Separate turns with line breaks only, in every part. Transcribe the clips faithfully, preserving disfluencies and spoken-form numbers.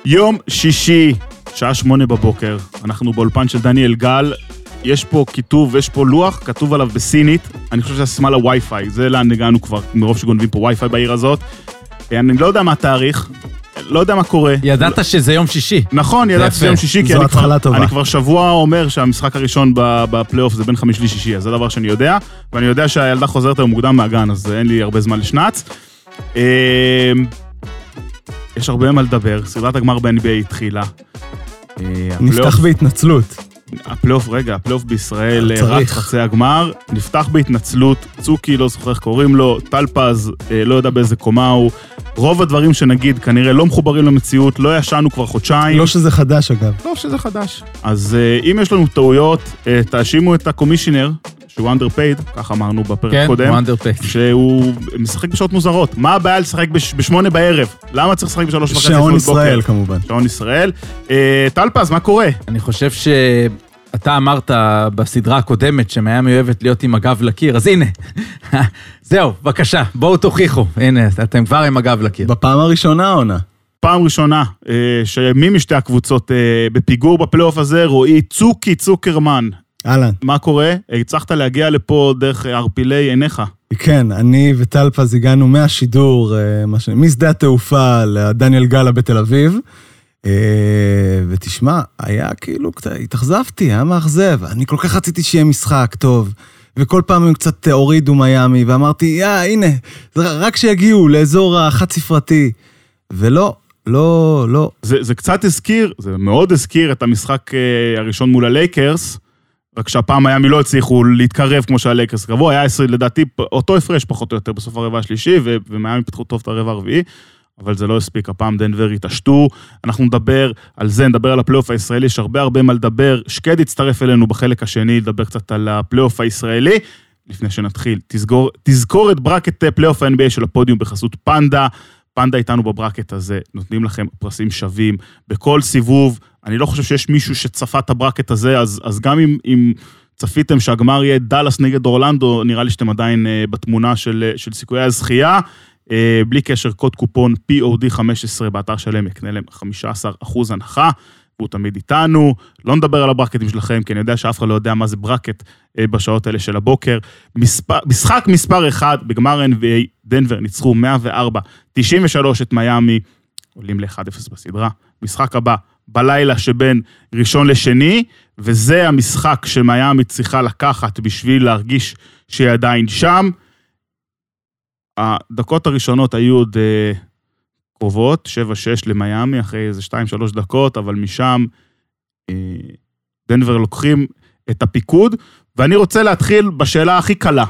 יום שישי, שעה שמונה בבוקר, אנחנו באולפן של דניאל גל, יש פה כיתוב, יש פה לוח, כתוב עליו בסינית, אני חושב שזה שמאל הווי-פיי, זה לאן הגענו כבר, מרוב שגונבים פה ווי-פיי בעיר הזאת, אני לא יודע מה התאריך, לא יודע מה קורה.
ידעת שזה יום שישי.
נכון, ידעתי שזה יום שישי, כי אני כבר שבוע אומר שהמשחק הראשון בפלייאוף זה בין חמישי לשישי, אז זה דבר שאני יודע, ואני יודע שהילדה חוזרת היום מוקדם מהגן, אז אין לי הרבה זמן לשנץ. יש הרבה מה לדבר, סדרת הגמר ב-אן בי איי התחילה.
נפתח בהתנצלות.
הפלייאוף, רגע, הפלייאוף בישראל רץ חצי הגמר, נפתח בהתנצלות, צוקי לא זוכר איך קוראים לו, טלפז לא יודע באיזה קומה הוא, רוב הדברים שנגיד כנראה לא מחוברים למציאות, לא ישנו כבר חודשיים.
לא שזה חדש אגב.
לא שזה חדש. אז אם יש לנו טעויות, תאשימו את הקומישיונר, שהוא underpaid, כך אמרנו בפרק קודם.
כן, הוא underpaid.
שהוא משחק בשעות מוזרות. מה הבעיה לשחק בשמונה בערב? למה צריך לשחק בשלוש וחצי?
שעון ישראל כמובן.
שעון ישראל. טלפז, מה קורה?
אני חושב שאתה אמרת בסדרה הקודמת שמיימי אוהבת להיות עם הגב לקיר, אז הנה, זהו, בבקשה, בואו תוכיחו. הנה, אתם כבר עם הגב לקיר.
בפעם הראשונה עונה.
פעם ראשונה, שמי משתי הקבוצות בפיגור בפלייאוף הזה, רואי צוקי צוקרמן.
אהלן.
מה קורה? הצלחת להגיע לפה דרך ערפילי עיניך.
כן, אני וטלפז הגענו מהשידור, משדה התעופה לדניאל גלה בתל אביב, ותשמע, היה כאילו, התאכזבתי, היה מאכזב, אני כל כך רציתי שיהיה משחק טוב, וכל פעם הם קצת הורידו מיימי, ואמרתי, יא, הנה, רק שיגיעו לאזור החד ספרתי, ולא, לא, לא.
זה, זה קצת הזכיר, זה מאוד הזכיר את המשחק הראשון מול הלייקרס, רק שהפעם מיימי לא הצליחו להתקרב כמו שהלייקרס קרבו, היה עשרים לדעתי, אותו הפרש פחות או יותר בסוף הרבע השלישי, ומיימי פתחו טוב את הרבע הרביעי, אבל זה לא הספיק, הפעם דנבר התעשתו, אנחנו נדבר על זה, נדבר על הפלייאוף הישראלי, יש הרבה הרבה מה לדבר, שקד יצטרף אלינו בחלק השני, לדבר קצת על הפלייאוף הישראלי, לפני שנתחיל, תזכור, תזכור את ברקט פלייאוף ה-אן בי איי של הפודיום בחסות פנדה, פנדה איתנו בברקט הזה, נותנים לכם פרסים שווים, בכל סיבוב, אני לא חושב שיש מישהו שצפה את הברקט הזה, אז, אז גם אם, אם צפיתם שהגמר יהיה דלס נגד אורלנדו, נראה לי שאתם עדיין uh, בתמונה של, של סיכויי הזכייה, uh, בלי קשר קוד קופון פי או די חמש עשרה באתר שלהם, יקנה להם חמישה עשר אחוז הנחה, והוא תמיד איתנו, לא נדבר על הברקטים שלכם, כי אני יודע שאף אחד לא יודע מה זה ברקט uh, בשעות האלה של הבוקר, מספר, משחק מספר אחד בגמר אן בי איי, דנבר ניצחו מאה וארבע תשעים ושלוש את מיימי, עולים ל-אחד אפס בסדרה, משחק הבא, בלילה שבין ראשון לשני, וזה המשחק שמיימי צריכה לקחת בשביל להרגיש שהיא עדיין שם. הדקות הראשונות היו עוד uh, קרובות, שבע שש למיימי, אחרי איזה שתיים שלוש דקות, אבל משם uh, דנבר לוקחים את הפיקוד, ואני רוצה להתחיל בשאלה הכי קלה.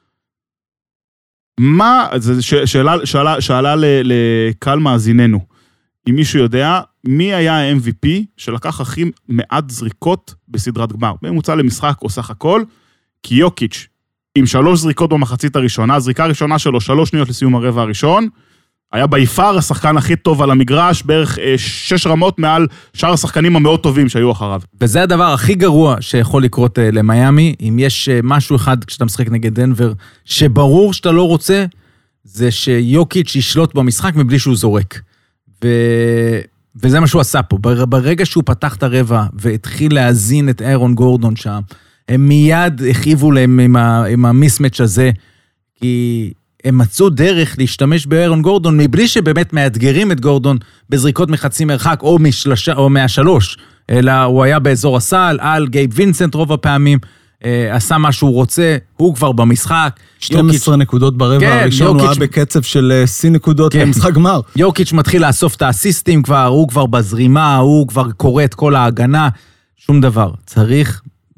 מה, זו שאלה, שאלה, שאלה לקהל מאזיננו, אם מישהו יודע, מי היה ה-אם וי פי שלקח הכי מעט זריקות בסדרת גמר? ממוצע למשחק או סך הכל, כי יוקיץ' עם שלוש זריקות במחצית הראשונה, הזריקה הראשונה שלו, שלוש שניות לסיום הרבע הראשון, היה ביפר השחקן הכי טוב על המגרש, בערך שש רמות מעל שאר השחקנים המאוד טובים שהיו אחריו.
וזה הדבר הכי גרוע שיכול לקרות למיימי, אם יש משהו אחד כשאתה משחק נגד דנבר, שברור שאתה לא רוצה, זה שיוקיץ' ישלוט במשחק מבלי שהוא זורק. ו... וזה מה שהוא עשה פה. ברגע שהוא פתח את הרבע והתחיל להזין את אירון גורדון שם, הם מיד הכיבו להם עם, ה... עם המיסמץ' הזה, כי הם מצאו דרך להשתמש באירון גורדון, מבלי שבאמת מאתגרים את גורדון בזריקות מחצי מרחק או, משלוש... או מהשלוש, אלא הוא היה באזור הסל, על גייב וינסנט רוב הפעמים, עשה מה שהוא רוצה, הוא כבר במשחק.
שתים עשרה נקודות ברבע הראשון, הוא היה בקצב של סי נקודות למשחק גמר.
יוקיץ' מתחיל לאסוף את האסיסטים כבר, הוא כבר בזרימה, הוא כבר קורא את כל ההגנה, שום דבר. צריך,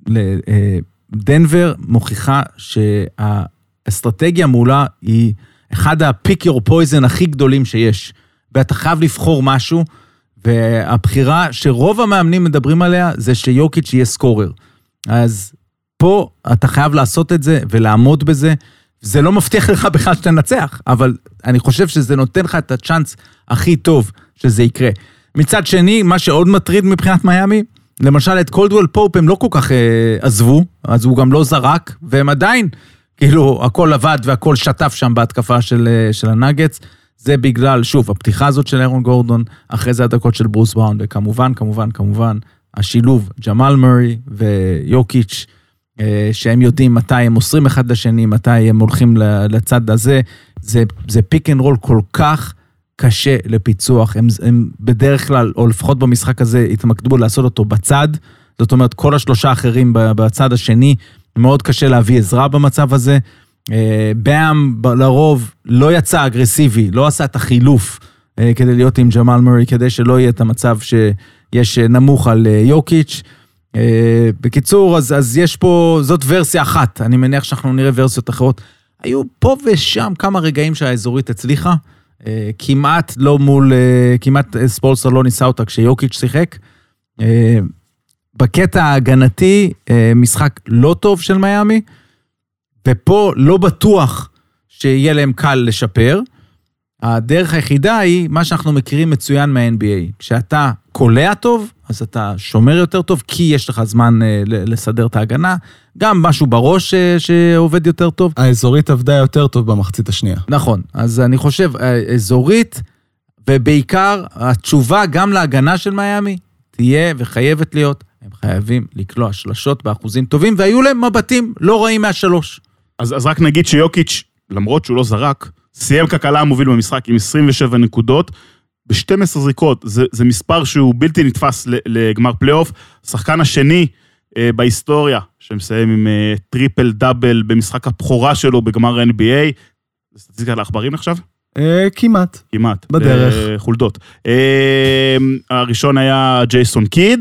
דנבר מוכיחה שהאסטרטגיה מולה היא אחד ה-pick your poison הכי גדולים שיש, ואתה חייב לבחור משהו, והבחירה שרוב המאמנים מדברים עליה, זה שיוקיץ' יהיה סקורר. אז פה אתה חייב לעשות את זה ולעמוד בזה, זה לא מבטיח לך בכלל שתנצח, אבל אני חושב שזה נותן לך את הצ'אנס הכי טוב שזה יקרה. מצד שני, מה שעוד מטריד מבחינת מיימי, למשל את קולדוול פופ הם לא כל כך אה, עזבו, אז הוא גם לא זרק, והם עדיין, כאילו הכל עבד והכל שטף שם בהתקפה של, של הנאגץ, זה בגלל, שוב, הפתיחה הזאת של אירון גורדון, אחרי זה הדקות של ברוס בראון, וכמובן, כמובן, כמובן, השילוב, ג'מאל מורי ויוקיץ', שהם יודעים מתי הם מוסרים אחד לשני, מתי הם הולכים לצד הזה, זה, זה פיק אנד רול כל כך קשה לפיצוח, הם, הם בדרך כלל, או לפחות במשחק הזה, התמקדו לעשות אותו בצד, זאת אומרת, כל השלושה האחרים בצד השני, מאוד קשה להביא עזרה במצב הזה, באם לרוב לא יצא אגרסיבי, לא עשה את החילוף, כדי להיות עם ג'מאל מורי, כדי שלא יהיה את המצב שיש נמוך על יוקיץ'. בקיצור, אז, אז יש פה, זאת ורסיה אחת, אני מניח שאנחנו נראה ורסיות אחרות. היו פה ושם כמה רגעים שהאזורית הצליחה, כמעט לא מול, כמעט ספולסטר לא ניסה אותה כשיוקיץ' שיחק. בקטע ההגנתי, משחק לא טוב של מיאמי, ופה לא בטוח שיהיה להם קל לשפר. הדרך היחידה היא מה שאנחנו מכירים מצוין מה-אן בי איי. כשאתה קולע טוב, אז אתה שומר יותר טוב, כי יש לך זמן לסדר את ההגנה. גם משהו בראש שעובד יותר טוב.
האזורית עבדה יותר טוב במחצית השנייה.
נכון, אז אני חושב, האזורית, ובעיקר התשובה גם להגנה של מיאמי, תהיה וחייבת להיות, הם חייבים לקלוע שלשות באחוזים טובים, והיו להם מבטים לא רעים מהשלוש.
אז, אז רק נגיד שיוקיץ', למרות שהוא לא זרק, סיים כקלה המוביל במשחק עם עשרים ושבע נקודות, ב-שתים עשרה זריקות, זה, זה מספר שהוא בלתי נתפס לגמר פלייאוף, השחקן השני אה, בהיסטוריה, שמסיים עם אה, טריפל דאבל במשחק הבכורה שלו בגמר אן בי איי, זה סטטיסטיקה לעכברים עכשיו?
אה, כמעט.
כמעט.
בדרך.
אה, חולדות. אה, הראשון היה ג'ייסון קיד.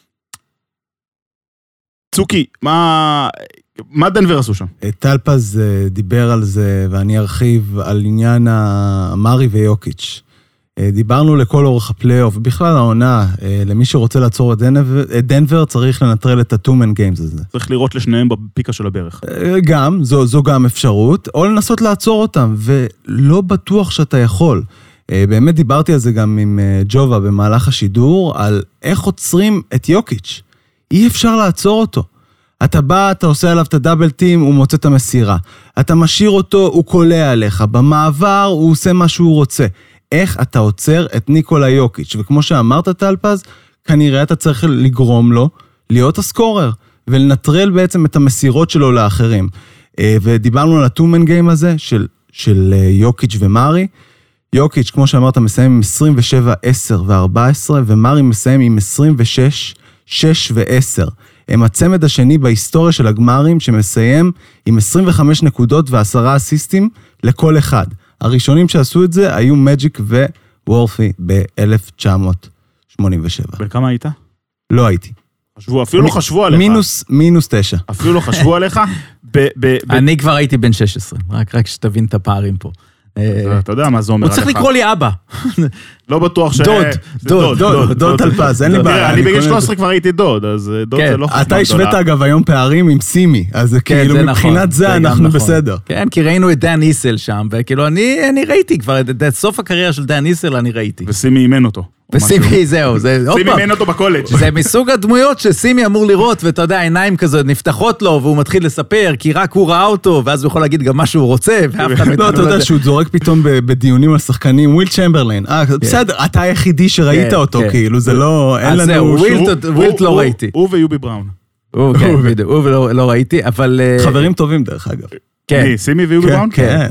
צוקי, מה... מה דנבר עשו שם?
טלפז דיבר על זה, ואני ארחיב על עניין המרי ויוקיץ'. דיברנו לכל אורך הפלייאוף, ובכלל העונה, למי שרוצה לעצור את דנבר, צריך לנטרל את ה-two-man games הזה.
צריך לראות לשניהם בפיקה של הברך.
גם, זו, זו גם אפשרות, או לנסות לעצור אותם, ולא בטוח שאתה יכול. באמת דיברתי על זה גם עם ג'ובה במהלך השידור, על איך עוצרים את יוקיץ'. אי אפשר לעצור אותו. אתה בא, אתה עושה עליו את הדאבל טים, הוא מוצא את המסירה. אתה משאיר אותו, הוא קולע עליך. במעבר, הוא עושה מה שהוא רוצה. איך אתה עוצר את ניקולה יוקיץ'? וכמו שאמרת, טלפז, כנראה אתה צריך לגרום לו להיות הסקורר, ולנטרל בעצם את המסירות שלו לאחרים. ודיברנו על ה-two-man game הזה, של, של יוקיץ' ומרי. יוקיץ', כמו שאמרת, מסיים עם עשרים ושבע, עשר ו-ארבע עשרה, ומרי מסיים עם עשרים ושש, שש ו-עשר. הם הצמד השני בהיסטוריה של הגמרים, שמסיים עם עשרים וחמש נקודות ועשרה אסיסטים לכל אחד. הראשונים שעשו את זה היו מג'יק ווולפי ב-אלף תשע מאות שמונים ושבע.
בכמה היית?
לא הייתי.
חשבו, אפילו לא חשבו עליך.
מינוס, מינוס תשע.
אפילו לא חשבו עליך?
אני כבר הייתי בן שש עשרה, רק שתבין את הפערים פה.
אתה יודע מה זה אומר עליך.
הוא צריך לקרוא לי אבא.
לא בטוח ש...
דוד, דוד,
דוד, דוד טלפז, אין לי בעיה.
אני בגיל שלוש עשרה כבר הייתי דוד, אז דוד זה לא חוכמה גדולה.
אתה השווית אגב היום פערים עם סימי, אז כאילו מבחינת זה אנחנו בסדר.
כן, כי ראינו את דן איסל שם, וכאילו אני ראיתי כבר, את סוף הקריירה של דן איסל אני ראיתי.
וסימי אימן אותו.
וסימי זהו, זה עוד
סימי
פעם.
אימן אותו בקולג'.
זה מסוג הדמויות שסימי אמור לראות, ואתה יודע, העיניים כזאת נפתחות לו, והוא מתחיל לספר, כי רק הוא ראה אותו, ואז הוא יכול להגיד גם מה שהוא רוצה, ואף אחד
לא, אתה יודע שהוא זורק פתאום בדיונים על שחקנים, וויל צ'מברליין, אה, בסדר, אתה היחידי שראית אותו, כאילו, זה לא, אין לנו...
זהו, ווילט לא ראיתי.
הוא ויובי בראון.
הוא, כן, בדיוק, הוא לא ראיתי, אבל...
חברים טובים דרך אגב.
כן.
סימי ויובי בראון?
כן.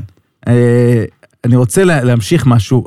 אני רוצה להמשיך משהו,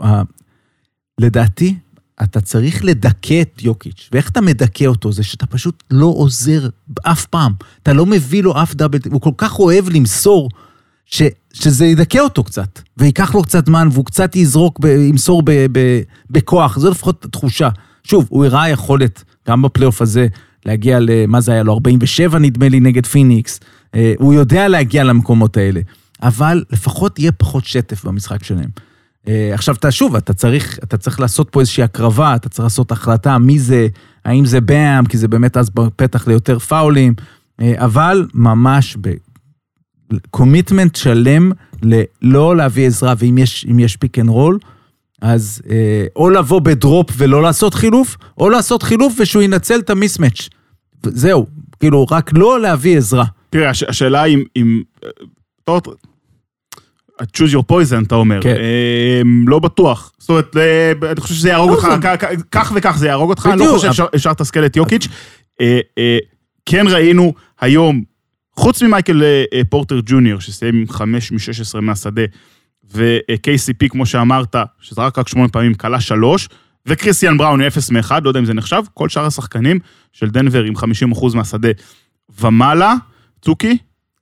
לדעתי, אתה צריך לדכא את יוקיץ', ואיך אתה מדכא אותו? זה שאתה פשוט לא עוזר אף פעם, אתה לא מביא לו אף דאבל, הוא כל כך אוהב למסור, ש, שזה ידכא אותו קצת, ויקח לו קצת זמן, והוא קצת יזרוק, ב, ימסור ב, ב, בכוח, זו לפחות תחושה. שוב, הוא הראה יכולת, גם בפלייאוף הזה, להגיע למה זה היה לו, ארבעים ושבע נדמה לי נגד פיניקס, הוא יודע להגיע למקומות האלה, אבל לפחות יהיה פחות שטף במשחק שלהם. עכשיו, אתה שוב, אתה צריך, אתה צריך לעשות פה איזושהי הקרבה, אתה צריך לעשות החלטה, מי זה, האם זה באם, כי זה באמת אז בפתח ליותר פאולים, אבל ממש בקומיטמנט שלם, לא להביא עזרה, ואם יש, אם יש פיק אנד רול, אז או לבוא בדרופ ולא לעשות חילוף, או לעשות חילוף ושהוא ינצל את המיסמץ'. זהו, כאילו, רק לא להביא עזרה.
תראה, השאלה אם... choose your poison, אתה אומר.
כן.
לא בטוח. זאת אומרת, אני חושב שזה יהרוג אותך, כך וכך זה יהרוג אותך, אני לא חושב שאפשר תסכל את יוקיץ'. כן ראינו היום, חוץ ממייקל פורטר ג'וניור, שסיים עם חמש משש עשרה מהשדה, ו-קיי סי פי, כמו שאמרת, שזרק רק שמונה פעמים, קלה שלוש, וקריסטיאן בראון עם אפס מאחד, לא יודע אם זה נחשב, כל שאר השחקנים של דנבר עם חמישים אחוז מהשדה ומעלה. צוקי?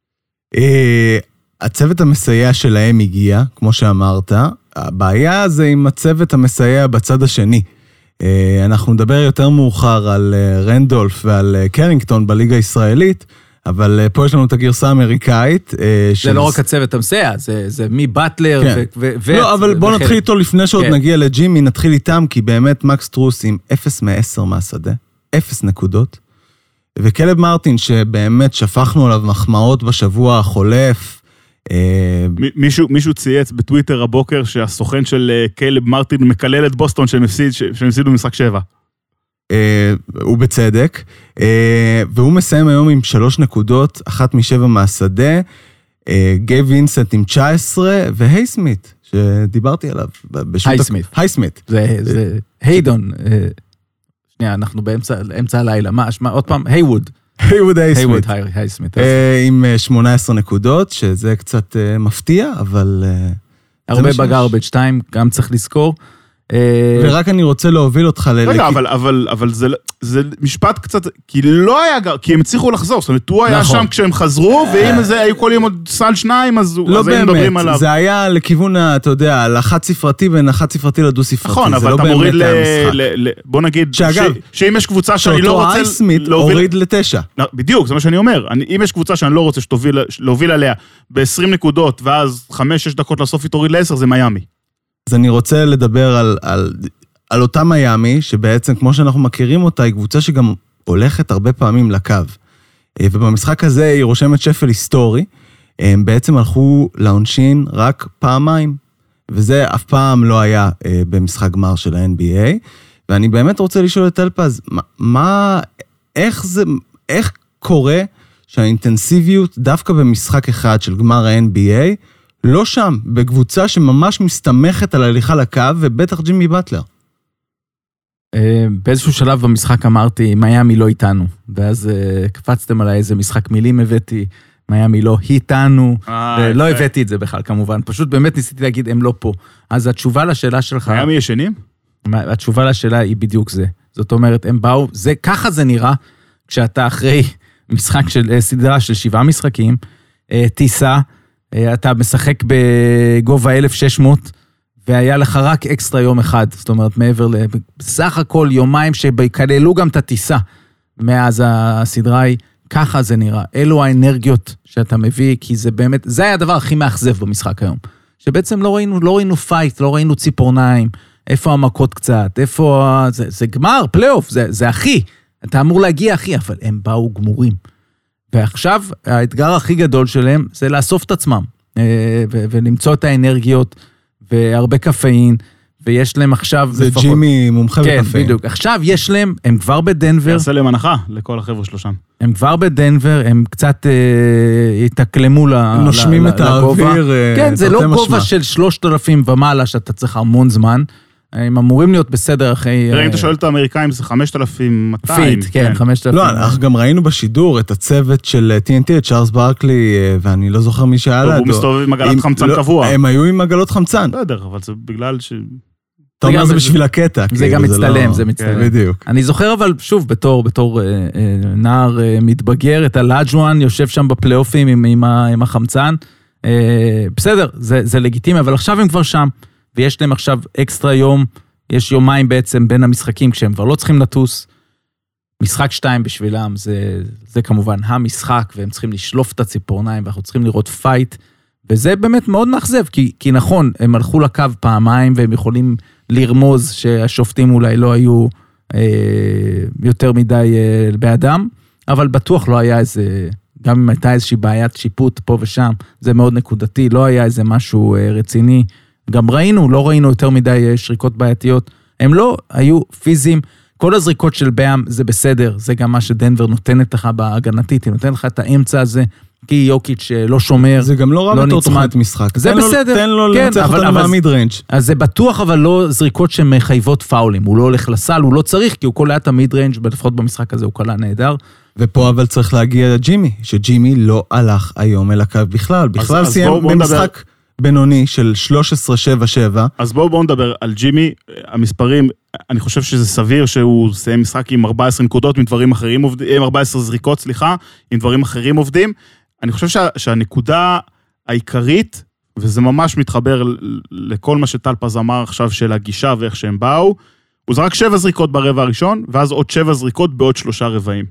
הצוות המסייע שלהם הגיע, כמו שאמרת, הבעיה זה עם הצוות המסייע בצד השני. אנחנו נדבר יותר מאוחר על רנדולף ועל קרינגטון בליגה הישראלית, אבל פה יש לנו את הגרסה האמריקאית.
זה לא רק הצוות המסייע, זה מבטלר ו...
לא, אבל בואו נתחיל איתו לפני שעוד נגיע לג'ימי, נתחיל איתם, כי באמת מקס טרוס עם אפס מעשר מהשדה, אפס נקודות, וקלב מרטין שבאמת שפכנו עליו מחמאות בשבוע החולף.
מישהו צייץ בטוויטר הבוקר שהסוכן של קלב מרטין מקלל את בוסטון שהם הפסידו במשחק שבע.
הוא בצדק, והוא מסיים היום עם שלוש נקודות, אחת משבע מהשדה, גייב וינסנט עם תשע עשרה, והי סמית, שדיברתי עליו.
היי סמית.
היי סמית.
זה היידון. שנייה, אנחנו באמצע הלילה. מה, עוד פעם, הייווד.
הייווד היי סמית.
היי סמית.
עם שמונה עשרה נקודות, שזה קצת מפתיע, אבל...
הרבה בגרבג' שתיים, גם צריך לזכור.
ורק אני רוצה להוביל אותך ל...
רגע, אבל, אבל, אבל זה, זה משפט קצת, כי לא היה, כי הם הצליחו לחזור, זאת אומרת, הוא היה שם כשהם חזרו, ואם זה היו כל יום עוד סל שניים, אז הם מדברים עליו.
זה היה לכיוון, אתה יודע, לחד ספרתי בין החד ספרתי לדו ספרתי.
נכון, אבל אתה מוריד ל... בוא נגיד, שאם יש קבוצה שאני לא רוצה...
שאותו אייסמית הוריד לתשע.
בדיוק, זה מה שאני אומר. אם יש קבוצה שאני לא רוצה להוביל עליה ב-עשרים נקודות, ואז חמש שש דקות לסוף היא תוריד ל-עשר, זה מיאמי.
אז אני רוצה לדבר על, על, על אותה מיאמי, שבעצם כמו שאנחנו מכירים אותה, היא קבוצה שגם הולכת הרבה פעמים לקו. ובמשחק הזה היא רושמת שפל היסטורי, הם בעצם הלכו לעונשין רק פעמיים, וזה אף פעם לא היה במשחק גמר של ה-אן בי איי, ואני באמת רוצה לשאול את אלפז, מה, איך זה, איך קורה שהאינטנסיביות דווקא במשחק אחד של גמר ה-אן בי איי, לא שם, בקבוצה שממש מסתמכת על הליכה לקו, ובטח ג'ימי באטלר.
באיזשהו שלב במשחק אמרתי, מיאמי לא איתנו, ואז קפצתם עליי איזה משחק מילים הבאתי, מיאמי לא איתנו, לא הבאתי את זה בכלל כמובן, פשוט באמת ניסיתי להגיד, הם לא פה. אז התשובה לשאלה שלך...
מיאמי ישנים?
התשובה לשאלה היא בדיוק זה. זאת אומרת, הם באו, זה, ככה זה נראה, כשאתה אחרי משחק של סדרה של שבעה משחקים, טיסה, אתה משחק בגובה אלף ושש מאות, והיה לך רק אקסטרה יום אחד, זאת אומרת, מעבר בסך הכל יומיים שבכללו גם את הטיסה, מאז הסדרה היא, ככה זה נראה. אלו האנרגיות שאתה מביא, כי זה באמת, זה היה הדבר הכי מאכזב במשחק היום. שבעצם לא ראינו, לא ראינו פייט, לא ראינו ציפורניים, איפה המכות קצת, איפה, זה, זה גמר, פלייאוף, זה, זה הכי, אתה אמור להגיע הכי, אבל הם באו גמורים. ועכשיו, האתגר הכי גדול שלהם, זה לאסוף את עצמם, ולמצוא את האנרגיות, והרבה קפאין, ויש להם עכשיו...
זה לפחות... ג'ימי מומחה בקפאין.
כן, בדיוק. עכשיו יש להם, הם כבר בדנבר...
יעשה להם הנחה לכל החבר'ה שלו שם.
הם כבר בדנבר, הם קצת אה, יתקלמו ל,
הם נושמים ל, את
לגובה.
האוויר.
כן, זה לא גובה של שלושת אלפים ומעלה, שאתה צריך המון זמן. הם אמורים להיות בסדר אחרי...
תראה, אם אתה שואל את האמריקאים, זה חמשת אלפים מאתיים.
פיט, כן, חמשת אלפים.
לא, אנחנו גם ראינו בשידור את הצוות של טי אן טי, את צ'ארלס ברקלי, ואני לא זוכר מי שהיה לידו.
הוא מסתובב עם עגלות חמצן קבוע.
הם היו עם עגלות חמצן.
לא יודע, אבל זה בגלל ש...
אתה אומר זה בשביל הקטע.
זה גם מצטלם, זה מצטלם.
בדיוק.
אני זוכר אבל, שוב, בתור נער מתבגר, את הלאג'ואן יושב שם בפלייאופים עם החמצן. בסדר, זה לגיטימי, אבל עכשיו הם כבר שם, ויש להם עכשיו אקסטרה יום, יש יומיים בעצם בין המשחקים, כשהם כבר לא צריכים לטוס. משחק שתיים בשבילם, זה, זה כמובן המשחק, והם צריכים לשלוף את הציפורניים, ואנחנו צריכים לראות פייט, וזה באמת מאוד מאכזב, כי, כי נכון, הם הלכו לקו פעמיים, והם יכולים לרמוז שהשופטים אולי לא היו אה, יותר מדי אה, באדם, אבל בטוח לא היה איזה, גם אם הייתה איזושהי בעיית שיפוט פה ושם, זה מאוד נקודתי, לא היה איזה משהו אה, רציני, גם ראינו, לא ראינו יותר מדי שריקות בעייתיות, הם לא היו פיזיים, כל הזריקות של באם זה בסדר, זה גם מה שדנבר נותנת לך בהגנתית, היא נותנת לך את האמצע הזה, כי יוקיץ' לא שומר,
זה גם לא רע בתור תוכנית משחק.
זה בסדר.
תן לו לנצח אותנו מהמיד ריינג'.
אז זה בטוח, אבל לא זריקות שמחייבות פאולים. הוא לא הולך לסל, הוא לא צריך, כי הוא קולע את המיד ריינג', לפחות במשחק הזה הוא קלע נהדר.
ופה אבל צריך להגיע לג'ימי, שג'ימי לא הלך היום אל הקו בכלל. בכלל סיים במשחק בינוני של שלוש עשרה שבע שבע.
אז בואו בואו נדבר על ג'ימי. המספרים, אני חושב שזה סביר שהוא סיים משחק עם ארבע עשרה נקודות, עם דברים אחרים עובדים, עם ארבע עשרה זריקות, סליחה, עם דברים אחרים עובדים. אני חושב שה, שהנקודה העיקרית, וזה ממש מתחבר לכל מה שטל פז אמר עכשיו של הגישה ואיך שהם באו, הוא זרק שבע זריקות ברבע הראשון, ואז עוד שבע זריקות בעוד שלושה רבעים.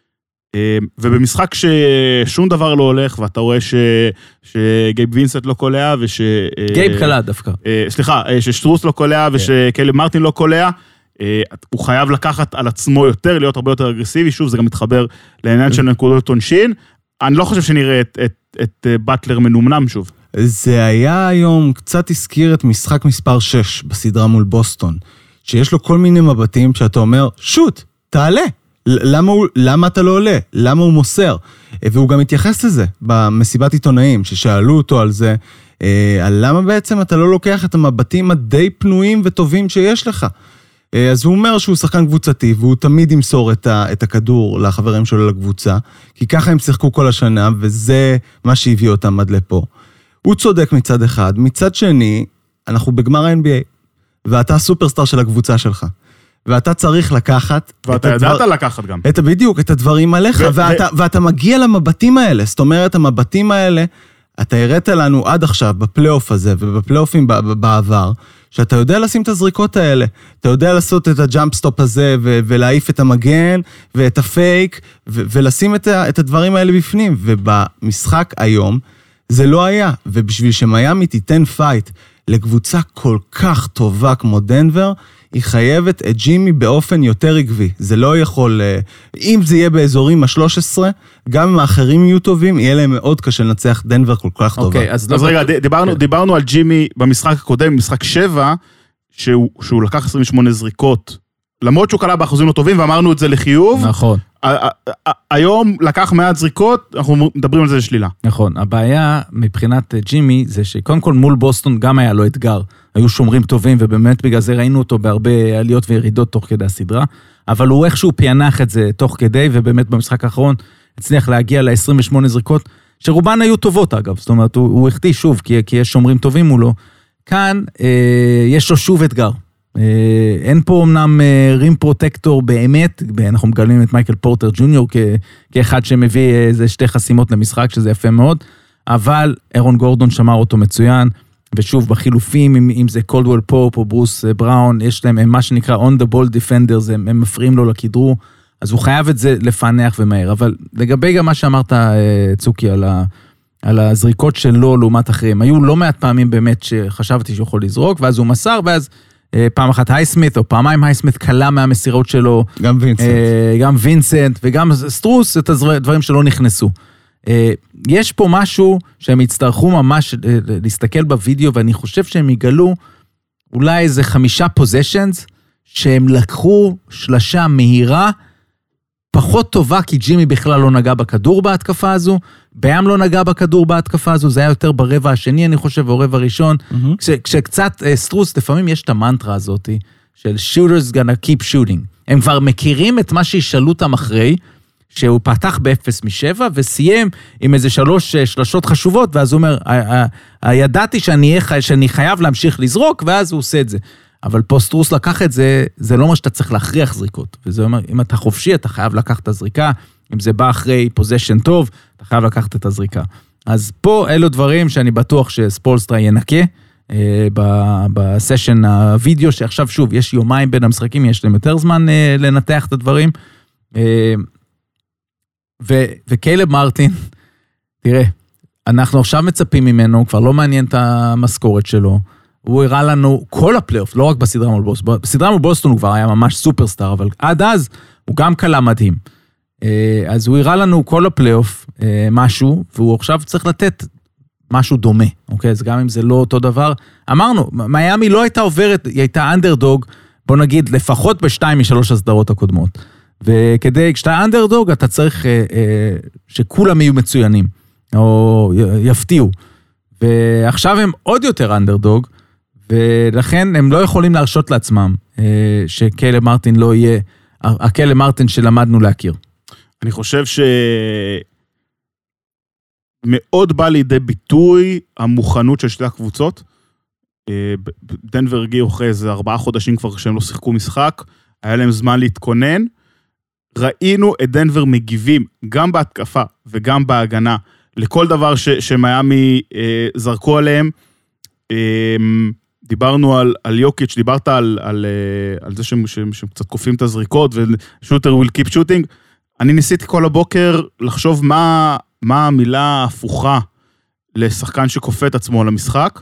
ובמשחק ששום דבר לא הולך, ואתה רואה ש... שגייב וינסט לא קולע, וש...
גייב קלע דווקא.
סליחה, ששטרוס לא קולע, ושקלב מרטין לא קולע, הוא חייב לקחת על עצמו יותר, להיות הרבה יותר אגרסיבי, שוב, זה גם מתחבר לעניין של נקודות עונשין. אני לא חושב שנראה את, את, את בטלר מנומנם שוב.
זה היה היום, קצת הזכיר את משחק מספר שש בסדרה מול בוסטון, שיש לו כל מיני מבטים שאתה אומר, שוט, תעלה. למה, הוא, למה אתה לא עולה? למה הוא מוסר? והוא גם התייחס לזה במסיבת עיתונאים, ששאלו אותו על זה, על למה בעצם אתה לא לוקח את המבטים הדי פנויים וטובים שיש לך. אז הוא אומר שהוא שחקן קבוצתי, והוא תמיד ימסור את, ה, את הכדור לחברים שלו לקבוצה, כי ככה הם שיחקו כל השנה, וזה מה שהביא אותם עד לפה. הוא צודק מצד אחד, מצד שני, אנחנו בגמר ה-אן בי איי, ואתה הסופרסטאר של הקבוצה שלך. ואתה צריך לקחת...
ואתה ידעת לקחת גם.
את, בדיוק, את הדברים עליך, ו- ואתה, ו- ואתה מגיע למבטים האלה. זאת אומרת, המבטים האלה, אתה הראת לנו עד עכשיו, בפלייאוף הזה, ובפלייאופים בעבר, שאתה יודע לשים את הזריקות האלה. אתה יודע לעשות את הג'אמפסטופ הזה, ו- ולהעיף את המגן, ואת הפייק, ו- ולשים את, ה- את הדברים האלה בפנים. ובמשחק היום, זה לא היה. ובשביל שמיימי תיתן פייט לקבוצה כל כך טובה כמו דנבר, היא חייבת את ג'ימי באופן יותר עקבי. זה לא יכול, אם זה יהיה באזורים ה-שלוש עשרה, גם אם האחרים יהיו טובים, יהיה להם מאוד קשה לנצח דנבר כל כך טובה.
אוקיי, אז רגע, דיברנו על ג'ימי במשחק הקודם, משחק שבע, שהוא לקח עשרים ושמונה זריקות, למרות שהוא קלע באחוזים לא טובים, ואמרנו את זה לחיוב.
נכון.
היום לקח מעט זריקות, אנחנו מדברים על זה לשלילה.
נכון, הבעיה מבחינת ג'ימי, זה שקודם כל מול בוסטון גם היה לו אתגר. היו שומרים טובים, ובאמת בגלל זה ראינו אותו בהרבה עליות וירידות תוך כדי הסדרה, אבל הוא איכשהו פיינח את זה תוך כדי, ובאמת במשחק האחרון הצליח להגיע ל-עשרים ושמונה זריקות, שרובן היו טובות אגב, זאת אומרת, הוא, הוא החטיא שוב, כי, כי יש שומרים טובים מולו. כאן אה, יש לו שוב אתגר. אה, אין פה אמנם אה, רים פרוטקטור באמת, אנחנו מגלים את מייקל פורטר ג'וניור כ, כאחד שמביא איזה שתי חסימות למשחק, שזה יפה מאוד, אבל אירון גורדון שמר אותו מצוין, ושוב, בחילופים, אם, אם זה קולדוול פופ או ברוס בראון, יש להם מה שנקרא on the ball defenders, הם, הם מפריעים לו לכדרור, אז הוא חייב את זה לפענח ומהר. אבל לגבי גם מה שאמרת, צוקי, על, ה, על הזריקות שלו לעומת אחרים, היו לא מעט פעמים באמת שחשבתי שהוא יכול לזרוק, ואז הוא מסר, ואז פעם אחת הייסמית, או פעמיים הייסמית קלה מהמסירות שלו.
גם וינסנט.
גם וינסנט, וגם סטרוס, את הדברים שלא נכנסו. יש פה משהו שהם יצטרכו ממש להסתכל בווידאו, ואני חושב שהם יגלו אולי איזה חמישה פוזישנס, שהם לקחו שלשה מהירה, פחות טובה, כי ג'ימי בכלל לא נגע בכדור בהתקפה הזו, ביים לא נגע בכדור בהתקפה הזו, זה היה יותר ברבע השני, אני חושב, או רבע ראשון, mm-hmm. כש, כשקצת סטרוס, לפעמים יש את המנטרה הזאת, של shooters gonna keep shooting. הם כבר מכירים את מה שישאלו אותם אחרי, שהוא פתח באפס משבע, וסיים עם איזה שלוש שלשות חשובות, ואז הוא אומר, ידעתי שאני, שאני חייב להמשיך לזרוק, ואז הוא עושה את זה. אבל פה סטרוס לקח את זה, זה לא מה שאתה צריך להכריח זריקות. וזה אומר, אם אתה חופשי, אתה חייב לקחת את הזריקה, אם זה בא אחרי פוזיישן טוב, אתה חייב לקחת את הזריקה. אז פה אלו דברים שאני בטוח שספולסטרה ינקה, אה, בסשן הווידאו, שעכשיו שוב, יש יומיים בין המשחקים, יש להם יותר זמן אה, לנתח את הדברים, אה, ו- וקיילב מרטין, תראה, אנחנו עכשיו מצפים ממנו, הוא כבר לא מעניין את המשכורת שלו, הוא הראה לנו כל הפלייאוף, לא רק בסדרה מול בוסטון, בסדרה מול בוסטון הוא כבר היה ממש סופרסטאר, אבל עד אז הוא גם קלה מדהים. אז הוא הראה לנו כל הפלייאוף משהו, והוא עכשיו צריך לתת משהו דומה, אוקיי? אז גם אם זה לא אותו דבר, אמרנו, מיימי לא הייתה עוברת, היא הייתה אנדרדוג, בוא נגיד, לפחות בשתיים משלוש הסדרות הקודמות. וכדי, כשאתה אנדרדוג, אתה צריך שכולם יהיו מצוינים. או יפתיעו. ועכשיו הם עוד יותר אנדרדוג, ולכן הם לא יכולים להרשות לעצמם שקלב מרטין לא יהיה, הקלב מרטין שלמדנו להכיר.
אני חושב שמאוד בא לידי ביטוי המוכנות של שתי הקבוצות. דנבר הגיעו אחרי איזה ארבעה חודשים כבר שהם לא שיחקו משחק, היה להם זמן להתכונן. ראינו את דנבר מגיבים גם בהתקפה וגם בהגנה, לכל דבר ש, שמיימי אה, זרקו עליהם. אה, דיברנו על, על יוקיץ', דיברת על, על, אה, על זה שהם, שהם, שהם קצת קופים את הזריקות, ושוטר will keep shooting. אני ניסיתי כל הבוקר לחשוב מה, מה המילה ההפוכה לשחקן שקופה את עצמו על המשחק,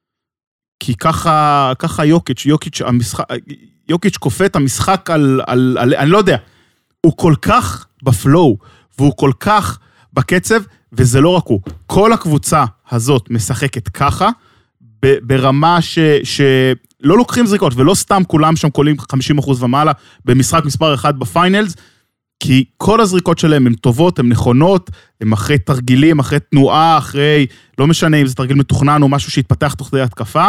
כי ככה, ככה יוקיץ', יוקיץ', המשחק, יוקיץ' קופה את המשחק על, על, על, אני לא יודע, הוא כל כך בפלואו, והוא כל כך בקצב, וזה לא רק הוא. כל הקבוצה הזאת משחקת ככה, ברמה ש, שלא לוקחים זריקות, ולא סתם כולם שם קולים חמישים אחוז ומעלה, במשחק מספר אחד בפיינלס, כי כל הזריקות שלהם הן טובות, הן נכונות, הן אחרי תרגילים, אחרי תנועה, אחרי, לא משנה אם זה תרגיל מתוכנן או משהו שהתפתח תוך כדי התקפה,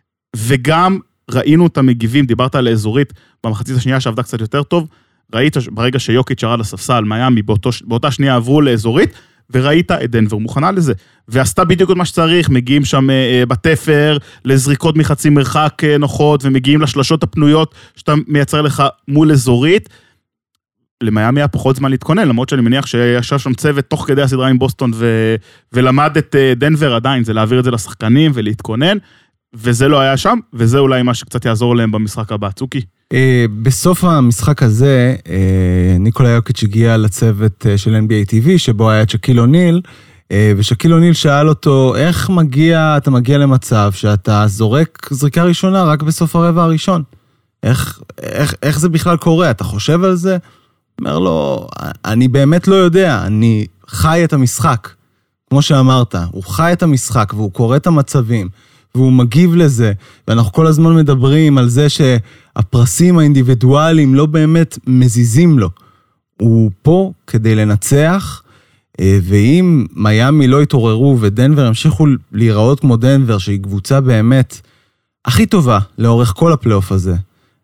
וגם ראינו את המגיבים, דיברת על האזורית, במחצית השנייה שעבדה קצת יותר טוב, ראית ברגע שיוקיץ' ירד לספסל, מיימי, באותו, באותה שנייה עברו לאזורית, וראית את דנבר מוכנה לזה, ועשתה בדיוק את מה שצריך, מגיעים שם בתפר, לזריקות מחצי מרחק נוחות, ומגיעים לשלשות הפנויות, שאתה מייצר לך מול אזורית, למיימי היה פחות זמן להתכונן, למרות שאני מניח שישב שם צוות תוך כדי הסדרה עם בוסטון, ו... ולמד את דנבר עדיין, זה להעביר את זה לשחקנים ולהתכונן, וזה לא היה שם, וזה אולי מה שקצת יעזור להם במשחק הבא. צוקי?
בסוף המשחק הזה, ניקולה יוקיץ' הגיע לצוות של אן בי איי טי וי, שבו היה שקיל אוניל, ושקיל אוניל שאל אותו, איך מגיע, אתה מגיע למצב שאתה זורק זריקה ראשונה רק בסוף הרבע הראשון? איך, איך, איך זה בכלל קורה? אתה חושב על זה? אומר לו, אני באמת לא יודע, אני חי את המשחק, כמו שאמרת, הוא חי את המשחק, והוא קורא את המצבים, והוא מגיב לזה, ואנחנו כל הזמן מדברים על זה שהפרסים האינדיבידואליים לא באמת מזיזים לו. הוא פה כדי לנצח, ואם מיימי לא יתעוררו ודנבר ימשיכו להיראות כמו דנבר, שהיא קבוצה באמת הכי טובה לאורך כל הפלייאוף הזה,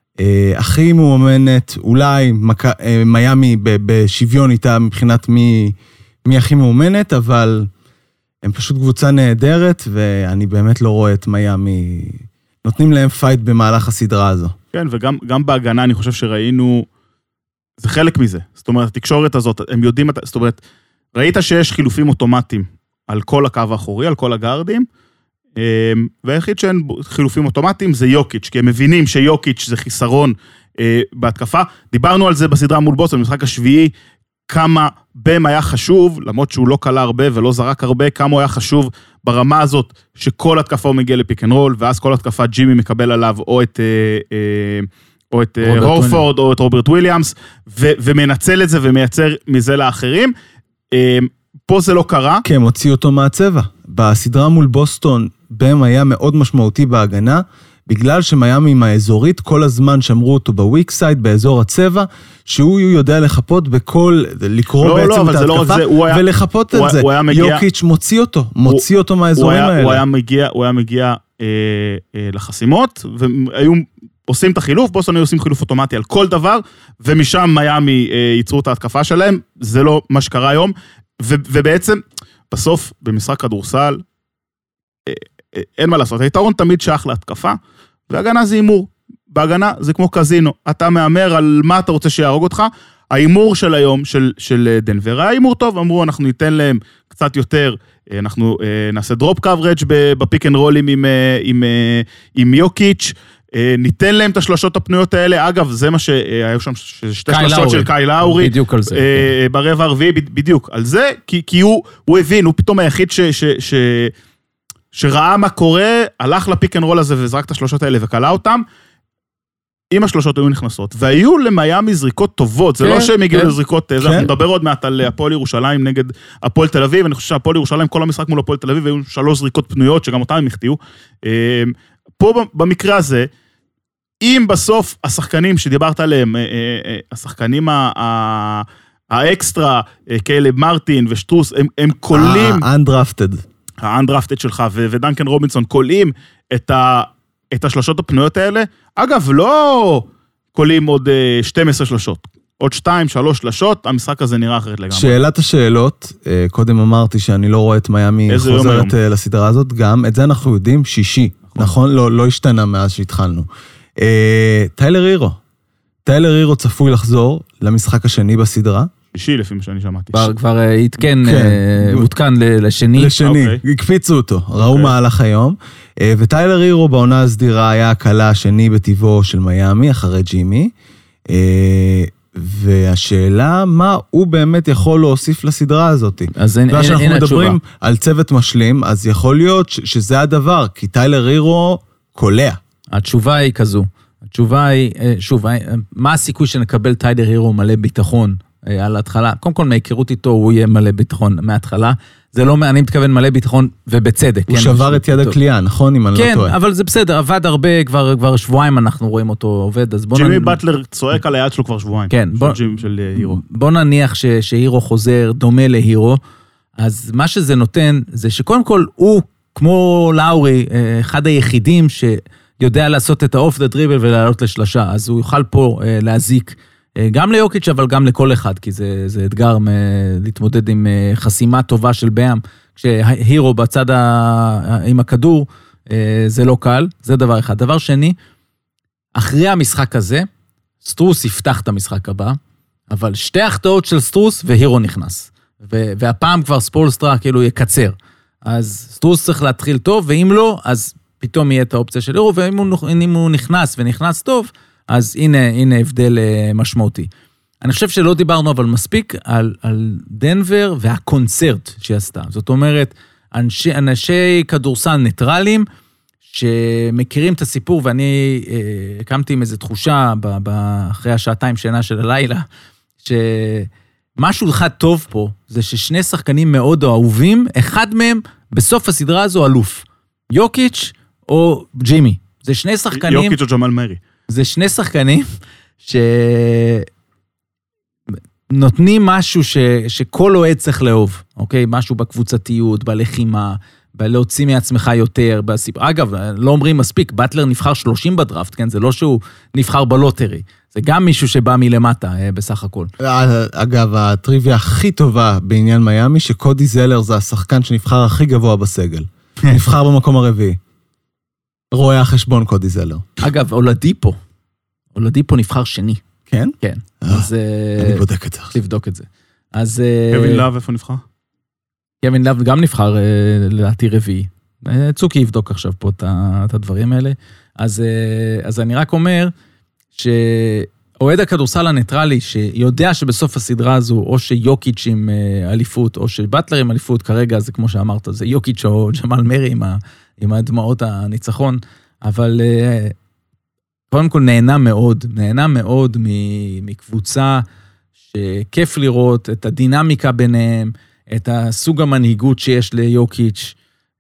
הכי מאומנת, אולי מיימי בשוויון איתה מבחינת מי, מי הכי מאומנת, אבל הם פשוט קבוצה נהדרת, ואני באמת לא רואה את מיימי, נותנים להם פייט במהלך הסדרה הזו.
כן, וגם גם בהגנה אני חושב שראינו, זה חלק מזה. זאת אומרת, התקשורת הזאת, הם יודעים, זאת אומרת, ראית שיש חילופים אוטומטיים על כל הקו האחורי, על כל הגארדים, והיחיד שאין חילופים אוטומטיים זה יוקיץ', כי הם מבינים שיוקיץ' זה חיסרון בהתקפה. דיברנו על זה בסדרה מול בוסטון, במשחק השביעי, כמה בם היה חשוב, למרות שהוא לא קלה הרבה ולא זרק הרבה, כמה הוא היה חשוב ברמה הזאת, שכל התקפה הוא מגיע לפיק אנד רול, ואז כל התקפה ג'ימי מקבל עליו או את, או את רורפורד, או את רוברט וויליאמס, ומנצל את זה ומייצר מזה לאחרים. פה זה לא קרה.
כן, הוציא אותו מהצבע. בסדרה מול בוסטון, בם היה מאוד משמעותי בהגנה, בגלל שמיימי עם האזורית, כל הזמן שמרו אותו בוויק סייד, באזור הצבע, שהוא יודע לחפות בכל, לקרוא
לא,
בעצם
לא,
את ההתקפה,
לא
ולחפות
הוא,
את זה.
מגיע,
יוקיץ' מוציא אותו, מוציא הוא, אותו מהאזורים
הוא היה,
האלה.
הוא היה מגיע, הוא היה מגיע אה, אה, לחסימות, והיו עושים את החילוף, בוסטון היו עושים חילוף אוטומטי על כל דבר, ומשם מיימי אה, ייצרו את ההתקפה שלהם, זה לא מה שקרה היום, ו, ובעצם, בסוף, במשחק כדורסל, אה, אה, אין מה לעשות, היתרון תמיד שייך להתקפה, והגנה זה אימור. בהגנה זה כמו קזינו. אתה מאמר על מה אתה רוצה שיהרוג אותך. האימור של היום, של, של דנבר, היה אימור טוב, אמרו, אנחנו ניתן להם קצת יותר, אנחנו נעשה דרופ קאברג' בפיק אנד רולים עם, עם, עם יוקיץ', ניתן להם את השלושות הפנויות האלה. אגב, זה מה שהיו שם, שתי שלושות של קייל לאורי.
בדיוק על זה.
ברבע הרביעי, בדיוק על זה, כי, כי הוא, הוא הבין, הוא פתאום היחיד ש... ש, ש שראה מה קורה, הלך לפיק אנד רול הזה וזרק את השלושות האלה וקלה אותם, אם השלושות היו נכנסות, והיו למיימי זריקות טובות, זה לא שהם הגיעו לזריקות, אנחנו נדבר עוד מעט על הפועל ירושלים נגד הפועל תל אביב, אני חושב שהפועל ירושלים, כל המשחק מול הפועל תל אביב, היו שלוש זריקות פנויות, שגם אותם הם החטיאו. פה במקרה הזה, אם בסוף השחקנים שדיברת עליהם, השחקנים האקסטרה, קיילב מרטין ושטרוס, הם, הם קולים...
ה-undrafted.
ה-undrafted שלך, ו- ודנקן רובינסון, קולים את, ה- את השלושות הפנויות האלה. אגב, לא קולים עוד שתים עשרה שלושות. עוד שתיים, שלוש שלושות, המשחק הזה נראה אחרת לגמרי.
שאלת השאלות, קודם אמרתי שאני לא רואה את מיאמי חוזרת לסדרה הזאת, גם את זה אנחנו יודעים, שישי. נכון? לא, לא השתנה מאז שהתחלנו. טיילר הירו. טיילר הירו צפוי לחזור למשחק השני בסדרה.
שישי, לפי מה שאני שמעתי.
כבר התקן, הותקן לשני.
לשני, הקפיצו אותו, ראו מהלך היום. וטיילר הירו בעונה הסדירה היה הקלה השני בטבעו של מיאמי, אחרי ג'ימי. והשאלה, מה הוא באמת יכול להוסיף לסדרה הזאת?
אז אין, אין, אין
כשאנחנו מדברים
התשובה.
על צוות משלים, אז יכול להיות שזה הדבר, כי טיילר הירו קולע.
התשובה היא כזו. התשובה היא, שוב, מה הסיכוי שנקבל טיילר הירו מלא ביטחון על ההתחלה? קודם כל, מהיכרות איתו הוא יהיה מלא ביטחון מההתחלה. זה לא, אני מתכוון מלא ביטחון ובצדק.
הוא
כן,
שבר את יד הקליעה, נכון? אם אני
כן,
לא טועה.
אבל זה בסדר, עבד הרבה, כבר, כבר שבועיים אנחנו רואים אותו עובד, אז בוא
ג'ימי
נ...
באטלר צועק על היד שלו כבר שבועיים.
כן, בוא,
של, של הירו.
בוא נניח ש, שהירו חוזר דומה להירו, אז מה שזה נותן, זה שקודם כל הוא, כמו לאורי, אחד היחידים שיודע לעשות את האוף דה דריבל ולעלות לשלשה, אז הוא יוכל פה להזיק גם ליוקיץ' אבל גם לכל אחד, כי זה, זה אתגר להתמודד עם חסימה טובה של באם, כשהירו בצד ה... עם הכדור, זה לא קל, זה דבר אחד. דבר שני, אחרי המשחק הזה, סטרוס יפתח את המשחק הבא, אבל שתי החטאות של סטרוס והירו נכנס. ו... והפעם כבר ספולסטרה כאילו יקצר. אז סטרוס צריך להתחיל טוב, ואם לא, אז פתאום יהיה את האופציה של הירו, ואם הוא, הוא נכנס ונכנס טוב, אז הנה, הנה הבדל משמעותי. אני חושב שלא דיברנו אבל מספיק על, על דנבר והקונצרט שהיא עשתה. זאת אומרת, אנשי, אנשי כדורסל ניטרלים, שמכירים את הסיפור, ואני אה, הקמתי עם איזו תחושה ב, ב, אחרי השעתיים שינה של הלילה, שמשהו אחד טוב פה, זה ששני שחקנים מאוד אהובים, אחד מהם בסוף הסדרה הזו אלוף. יוקיץ' או ג'ימי. זה שני שחקנים...
יוקיץ' או ג'מאל מרי.
זה שני שחקנים ש... נותנים משהו ש... שכל אוהד צריך לאהוב, אוקיי? משהו בקבוצתיות, בלחימה, בלהוציא מעצמך יותר, בסיפ... אגב, לא אומרים מספיק, באטלר נבחר שלושים בדראפט, כן? זה לא שהוא נבחר בלוטרי, זה גם מישהו שבא מלמטה, בסך הכל.
אגב, הטריוויה הכי טובה בעניין מיאמי, שקודי זלר זה השחקן שנבחר הכי גבוה בסגל. נבחר במקום הרביעי. רואה החשבון קודי זלר.
אגב, אולדיפו, אולדיפו נבחר שני.
כן?
כן. אז...
אני בודק את זה.
לבדוק את זה. אז...
קווין לאב, איפה נבחר?
קווין לאב גם נבחר לדעתי רביעי. צוקי יבדוק עכשיו פה את הדברים האלה. אז, אז אני רק אומר שאוהד הכדורסל הניטרלי, שיודע שבסוף הסדרה הזו, או שיוקיץ' עם אליפות, או שבטלר עם אליפות, כרגע זה כמו שאמרת, זה יוקיץ' או ג'מאל מרי עם, ה, עם הדמעות הניצחון, אבל קודם כל נהנה מאוד, נהנה מאוד מקבוצה שכיף לראות את הדינמיקה ביניהם, את הסוג המנהיגות שיש ליוקיץ',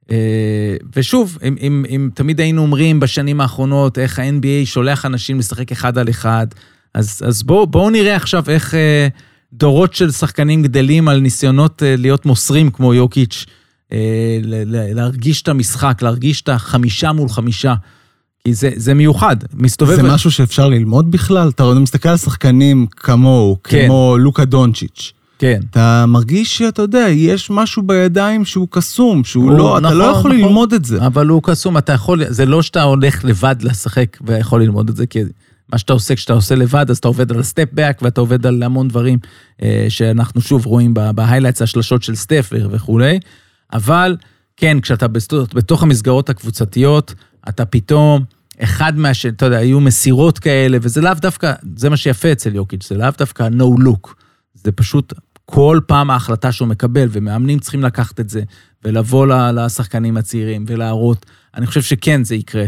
ושוב, אם, אם, אם תמיד היינו אומרים בשנים האחרונות, איך ה-אן בי איי שולח אנשים לשחק אחד על אחד, אז, אז בואו, בואו נראה עכשיו איך דורות של שחקנים גדלים על ניסיונות להיות מוסרים כמו יוקיץ', להרגיש את המשחק, להרגיש את החמישה מול חמישה, כי זה, זה מיוחד, מסתובב...
זה משהו שאפשר ללמוד בכלל? אתה מסתכל על שחקנים כמוהו, כן. כמו לוקה דונצ'יץ'.
כן.
אתה מרגיש שאתה יודע, יש משהו בידיים שהוא קסום, שהוא לא, נכון, אתה לא יכול נכון. ללמוד את זה.
אבל הוא קסום, אתה יכול, זה לא שאתה הולך לבד לשחק ויכול ללמוד את זה, כי מה שאתה עושה, כשאתה עושה לבד, אז אתה עובד על הסטפ בק, ואתה עובד על המון דברים, שאנחנו שוב רואים בהיילייטס, השלשות של סטפ וכו'. אבל כן, כשאתה בתוך המסגרות הקבוצתיות, אתה פתאום, אחד מה ש... אתה יודע, היו מסירות כאלה, וזה לאו דווקא, זה מה שיפה אצל יוקיץ', זה לאו דווקא no look. זה פשוט כל פעם ההחלטה שהוא מקבל, ומאמנים צריכים לקחת את זה, ולבוא לשחקנים הצעירים, ולהראות. אני חושב שכן זה יקרה.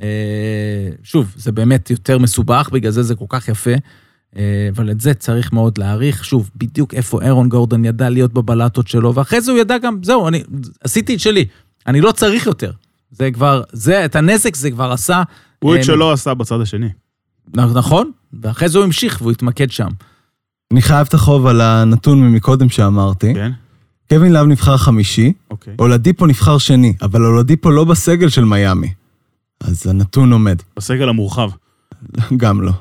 שוב, זה באמת יותר מסובך, בגלל זה זה כל כך יפה, אבל את זה צריך מאוד להעריך. שוב, בדיוק איפה אירון גורדון ידע להיות בבלטות שלו, ואחרי זה הוא ידע גם, זהו, אני עשיתי את שלי. אני לא צריך יותר. זה כבר, זה, את הנזק זה כבר עשה.
הוא את שלא עשה בצד השני.
נכון, ואחרי זה הוא המשיך והוא התמקד שם.
אני חייב את החוב על הנתון ממקודם שאמרתי.
כן.
קווין לאב נבחר חמישי,
אוקיי.
אולדיפו נבחר שני, אבל אולדיפו לא בסגל של מיאמי. אז הנתון עומד.
בסגל המורחב.
גם לא.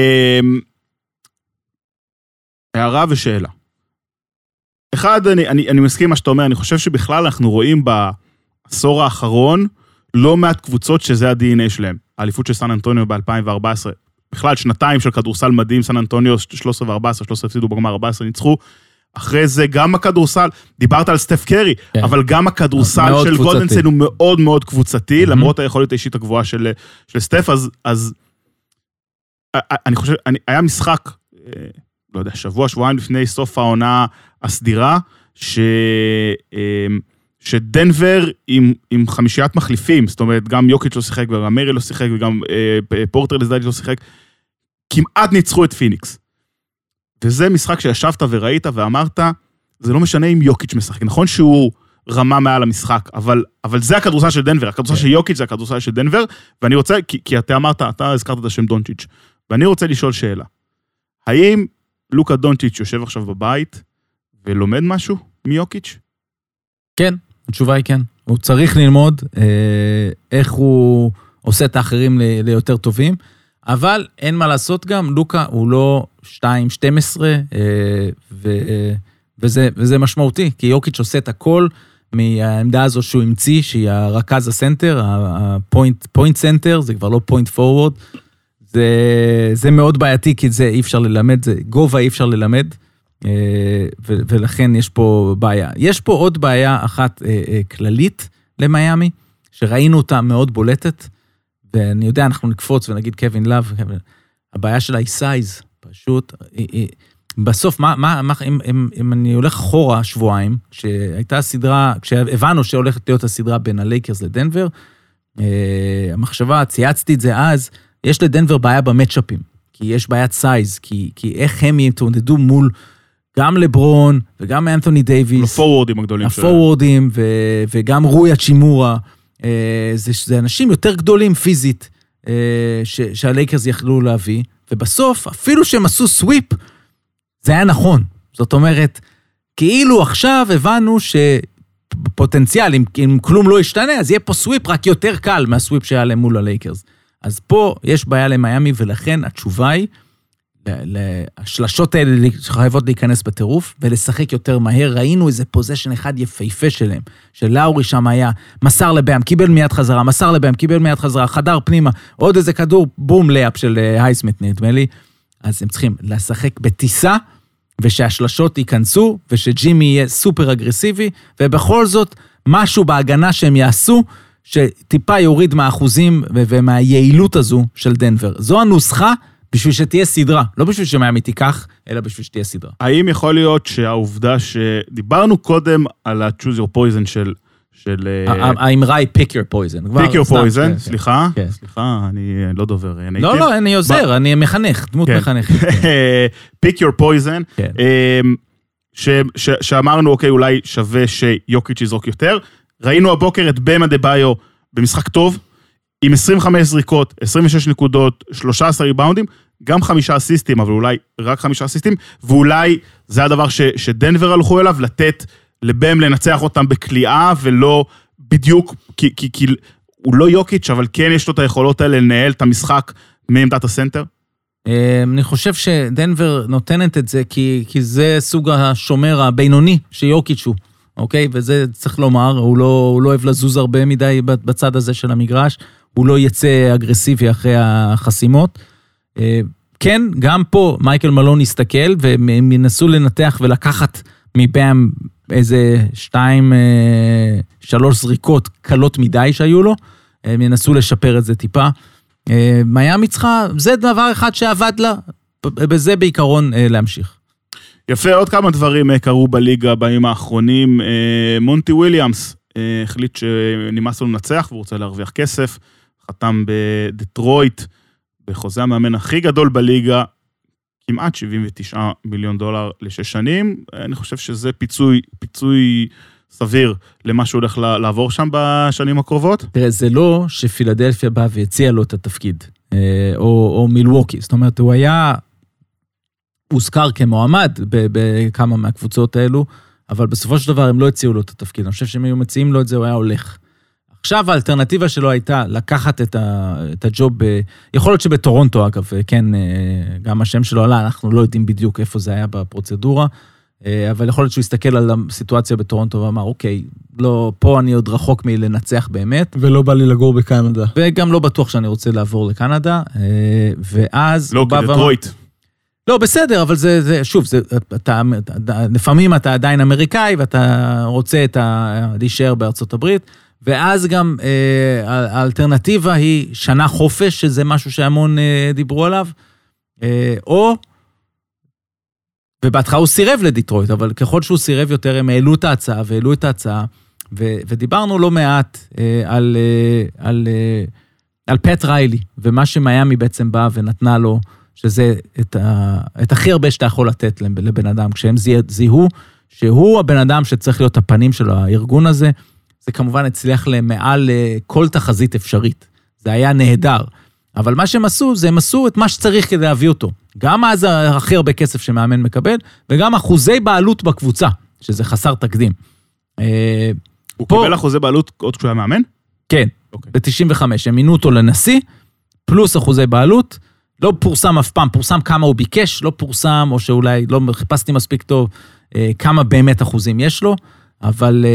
הערה ושאלה. אחד, אני, אני, אני מסכים מה שאתה אומר, אני חושב שבכלל אנחנו רואים בעשור האחרון לא מעט קבוצות שזה ה-די אן איי שלהם. האליפות של סן אנטוניו ב-אלפיים וארבע עשרה, בכלל שנתיים של כדורסל מדהים, סן אנטוניו שלוש עשרה ו-ארבע עשרה, שלוש עשרה הפסידו בגמר, ארבע עשרה ניצחו, אחרי זה גם הכדורסל, דיברת על סטף קרי, כן. אבל גם הכדורסל של גולדן סטייט הוא מאוד מאוד קבוצתי, mm-hmm. למרות היכולת האישית הגבוהה של, של סטף, אז, אז אני חושב, אני, היה משחק, לא יודע, שבוע, שבועיים לפני סוף העונה הסדירה, ש, שדנבר עם, עם חמישיית מחליפים, זאת אומרת, גם יוקיץ' לא שיחק, וגם מרי לא שיחק, וגם פורטר לזדייט לא שיחק, כמעט ניצחו את פיניקס. וזה משחק שישבת וראית ואמרת, זה לא משנה אם יוקיץ' משחק, נכון שהוא רמה מעל המשחק, אבל, אבל זה הכדורסל של דנבר, הכדורסל של יוקיץ' זה הכדורסל של דנבר, ואני רוצה, כי, כי אתה אמרת, אתה הזכרת את השם דונצ'יץ', ואני רוצה לשאול שאלה, האם לוקה דונצ'יץ' יושב עכשיו בבית, ולומד משהו מיוקיץ'?
כן, התשובה היא כן. הוא צריך ללמוד אה, איך הוא עושה את האחרים ל- ליותר טובים, אבל אין מה לעשות גם, לוקה הוא לא שתיים שתים עשרה, אה, ו, אה, וזה, וזה משמעותי, כי יוקיץ' עושה את הכל מהעמדה הזו שהוא המציא, שהיא הרכז הסנטר, הפוינט, פוינט סנטר, זה כבר לא פוינט פורוורד, זה, זה מאוד בעייתי, כי זה אי אפשר ללמד, זה גובה אי אפשר ללמד, ו, ולכן יש פה בעיה. יש פה עוד בעיה אחת כללית למיימי, שראינו אותה מאוד בולטת, ואני יודע, אנחנו נקפוץ ונגיד קווין לאב, הבעיה שלה היא סייז, פשוט, היא, היא, בסוף, מה, מה, מה, אם, אם, אם אני הולך אחורה שבועיים, כשהייתה סדרה, כשהבנו שהולכת להיות הסדרה בין הלייקרס לדנבר, המחשבה, צייצתי את זה אז, יש לדנבר בעיה במאצ'אפים, כי יש בעיית סייז, כי, כי איך הם יתמודדו מול גם לברון, וגם אנתוני דייביס.
הפורורדים הגדולים שלהם.
הפורורדים, ו, וגם רויה צ'ימורה, זה, זה אנשים יותר גדולים פיזית, ש, שהלייקרס יכלו להביא, ובסוף, אפילו שהם עשו סוויפ, זה היה נכון. זאת אומרת, כאילו עכשיו הבנו שפוטנציאל, אם, אם כלום לא ישתנה, אז יהיה פה סוויפ רק יותר קל מהסוויפ שהיה להם מול הלייקרס. אז פה יש בעיה למיימי, ולכן התשובה היא, השלשות האלה חייבות להיכנס בטירוף, ולשחק יותר מהר. ראינו איזה פוזשן אחד יפהפה שלהם, שלאורי שם היה, מסר לבאם, קיבל מיד חזרה, מסר לבאם, קיבל מיד חזרה, חדר פנימה, עוד איזה כדור, בום לאפ של הייסמית, נדמה לי. אז הם צריכים לשחק בטיסה, ושהשלשות ייכנסו, ושג'ימי יהיה סופר אגרסיבי, ובכל זאת, משהו בהגנה שהם יעשו, שטיפה יוריד מהאחוזים ומהיעילות הזו של דנבר. זו הנוסחה בשביל שתהיה סדרה, לא בשביל שמיימי תיקח, אלא בשביל שתהיה סדרה.
האם יכול להיות שהעובדה שדיברנו קודם על ה-choose your poison של...
האמרה היא pick your poison.
pick your poison, סליחה, סליחה, אני לא דובר.
לא, לא, אני עוזר, אני מחנך, דמות מחנכת.
pick your poison, שאמרנו, אוקיי, אולי שווה שיוקיץ' יזרוק יותר. ראינו הבוקר את במה דה ביו במשחק טוב, עם עשרים וחמש זריקות, עשרים ושש נקודות, שלושה עשר ריבאונדים, גם חמישה אסיסטים, אבל אולי רק חמישה אסיסטים, ואולי זה הדבר ש, שדנבר הלכו אליו, לתת לבם לנצח אותם בקליעה, ולא בדיוק, כי, כי, כי הוא לא יוקיץ', אבל כן יש לו את היכולות האלה לנהל את המשחק מעמדת הסנטר.
אני חושב שדנבר נותנת את זה, כי, כי זה סוג השומר הבינוני שיוקיץ' הוא. אוקיי? וזה צריך לומר, הוא לא, הוא לא אוהב לזוז הרבה מדי בצד הזה של המגרש, הוא לא יצא אגרסיבי אחרי החסימות. כן, גם פה מייקל מלון יסתכל, והם ינסו לנתח ולקחת מבאם איזה שתיים, שלוש זריקות קלות מדי שהיו לו, הם ינסו לשפר את זה טיפה. מיימי צריכה, זה דבר אחד שעבד לה, בזה בעיקרון להמשיך.
יפה, עוד כמה דברים קרו בליגה בימים האחרונים. מונטי וויליאמס החליט שנמאס לו לנצח, והוא רוצה להרוויח כסף, חתם בדטרויט, בחוזה המאמן הכי גדול בליגה, כמעט שבעים ותשעה מיליון דולר לשש שנים. אני חושב שזה פיצוי, פיצוי סביר למה שהוא הולך לעבור שם בשנים הקרובות.
תראה, זה לא שפילדלפיה באה והציע לו את התפקיד, או, או מילווקי. זאת אומרת, הוא היה... הוזכר כמועמד בכמה מהקבוצות האלו, אבל בסופו של דבר הם לא הציעו לו את התפקיד. אני חושב שהם היו מציעים לו את זה, הוא היה הולך. עכשיו האלטרנטיבה שלו הייתה לקחת את, ה, את הג'וב, יכול להיות שבטורונטו אגב, כן, גם השם שלו עלה, אנחנו לא יודעים בדיוק איפה זה היה בפרוצדורה, אבל יכול להיות שהוא הסתכל על הסיטואציה בטורונטו ואמר, אוקיי, לא, פה אני עוד רחוק מלנצח באמת.
ולא בא לי לגור בקנדה.
וגם לא בטוח שאני רוצה לעבור לקנדה, ואז...
לא, כדטרויט.
לא, בסדר, אבל זה, זה שוב, זה, אתה, לפעמים אתה עדיין אמריקאי, ואתה רוצה את ה, להישאר בארצות הברית, ואז גם אה, האלטרנטיבה היא שנה חופש, שזה משהו שהמון אה, דיברו עליו, אה, או, ובהתחלה הוא סירב לדיטרויט, אבל ככל שהוא סירב יותר, הם העלו את ההצעה, והעלו את ההצעה, ו, ודיברנו לא מעט אה, על, אה, על, אה, על פט ריילי, ומה שמיימי בעצם בא ונתנה לו, שזה את, ה, את הכי הרבה שאתה יכול לתת לבן אדם, כשהם זיהו, שהוא הבן אדם שצריך להיות הפנים של הארגון הזה, זה כמובן הצליח למעל כל תחזית אפשרית. זה היה נהדר. אבל מה שהם עשו, זה הם עשו את מה שצריך כדי להביא אותו. גם אז הכי הרבה כסף שמאמן מקבל, וגם אחוזי בעלות בקבוצה, שזה חסר תקדים.
הוא פה, קיבל אחוזי בעלות עוד כשהוא היה מאמן?
כן, okay. ב-תשעים וחמש. הם מינו אותו לנשיא, פלוס אחוזי בעלות, לא פורסם אף פעם, פורסם כמה הוא ביקש, לא פורסם, או שאולי לא חיפשתי מספיק טוב, כמה באמת אחוזים יש לו, אבל...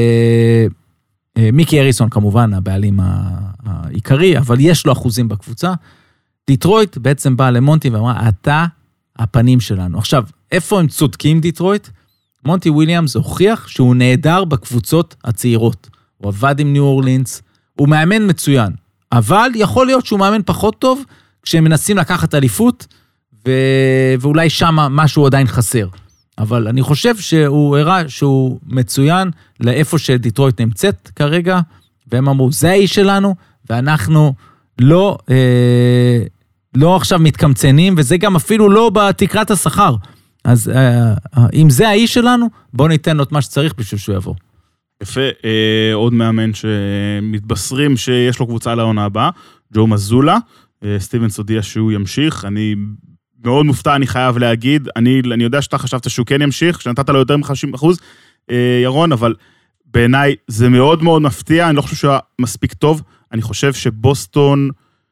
מיקי אריסון כמובן, הבעלים העיקרי, אבל יש לו אחוזים בקבוצה. דיטרויט בעצם באה למונטי ואמרה, אתה הפנים שלנו. עכשיו, איפה הם צודקים דיטרויט? מונטי וויליאמס הוכיח שהוא נהדר בקבוצות הצעירות. הוא עבד עם ניו אורלינס, הוא מאמן מצוין, אבל יכול להיות שהוא מאמן פחות טוב, כשהם מנסים לקחת אליפות, ו... ואולי שם משהו עדיין חסר. אבל אני חושב שהוא הראה שהוא מצוין לאיפה שדיטרויט נמצאת כרגע, והם אמרו, זה האיש שלנו, ואנחנו לא, אה, לא עכשיו מתקמצנים, וזה גם אפילו לא בתקרת השכר. אז אה, אם זה האיש שלנו, בואו ניתן לו את מה שצריך בשביל שהוא יבוא.
יפה, אה, עוד מאמן שמתבשרים שיש לו קבוצה לעונה הבאה, ג'ו מזולה, אה, סטיבנס הודיע שהוא ימשיך, אני... מאוד מופתע, אני חייב להגיד, אני, אני יודע שאתה חשבת שהוא כן ימשיך, שנתת לו יותר מ-חמישים אחוז, אה, ירון, אבל בעיניי זה מאוד מאוד מפתיע, אני לא חושב שהוא היה מספיק טוב, אני חושב שבוסטון,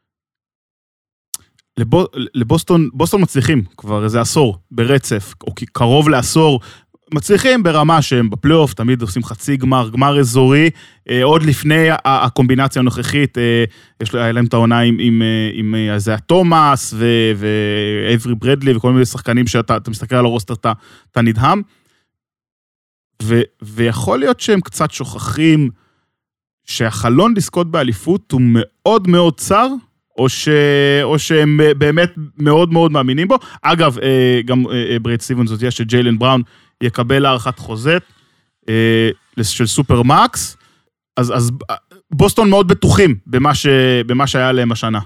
לבו, לבוסטון, בוסטון מצליחים כבר איזה עשור ברצף, או קרוב לעשור, מצליחים ברמה שהם בפלייאוף, תמיד עושים חצי גמר, גמר אזורי, אה, עוד לפני הקומבינציה הנוכחית, אה, יש להם את העונה עם, עם, עם, עם זה התומאס, ואיברי ברדלי, וכל מיני שחקנים שאתה אתה מסתכל על הרוסטר, אתה, אתה נדהם, ו, ויכול להיות שהם קצת שוכחים, שהחלון לזכות באליפות הוא מאוד מאוד צר, או, ש, או שהם באמת מאוד מאוד מאמינים בו. אגב, אה, גם אה, ברייד סטיבנס הודיע שג'יילן בראון, יקבל הערכת חוזת אה, של סופר מקס, אז, אז בוסטון מאוד בטוחים במה, ש, במה שהיה להם השנה.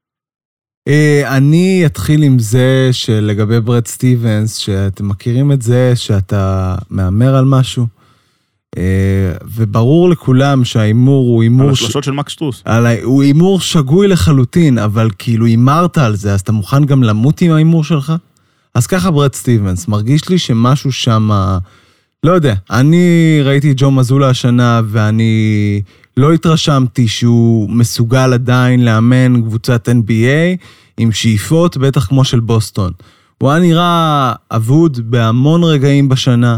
אה, אני אתחיל עם זה שלגבי ברד סטיבנס, שאתם מכירים את זה, שאתה מאמר על משהו, אה, וברור לכולם שהאימור הוא אימור...
על השלושות ש... של מקס שטרוס.
על... הוא אימור שגוי לחלוטין, אבל כאילו אימרת על זה, אז אתה מוכן גם למות עם האימור שלך? אז ככה ברד סטיבנס, מרגיש לי שמשהו שם, לא יודע, אני ראיתי את ג'ו מזולה השנה, ואני לא התרשמתי שהוא מסוגל עדיין לאמן קבוצת אן בי איי, עם שאיפות, בטח כמו של בוסטון. הוא היה נראה אבוד בהמון רגעים בשנה,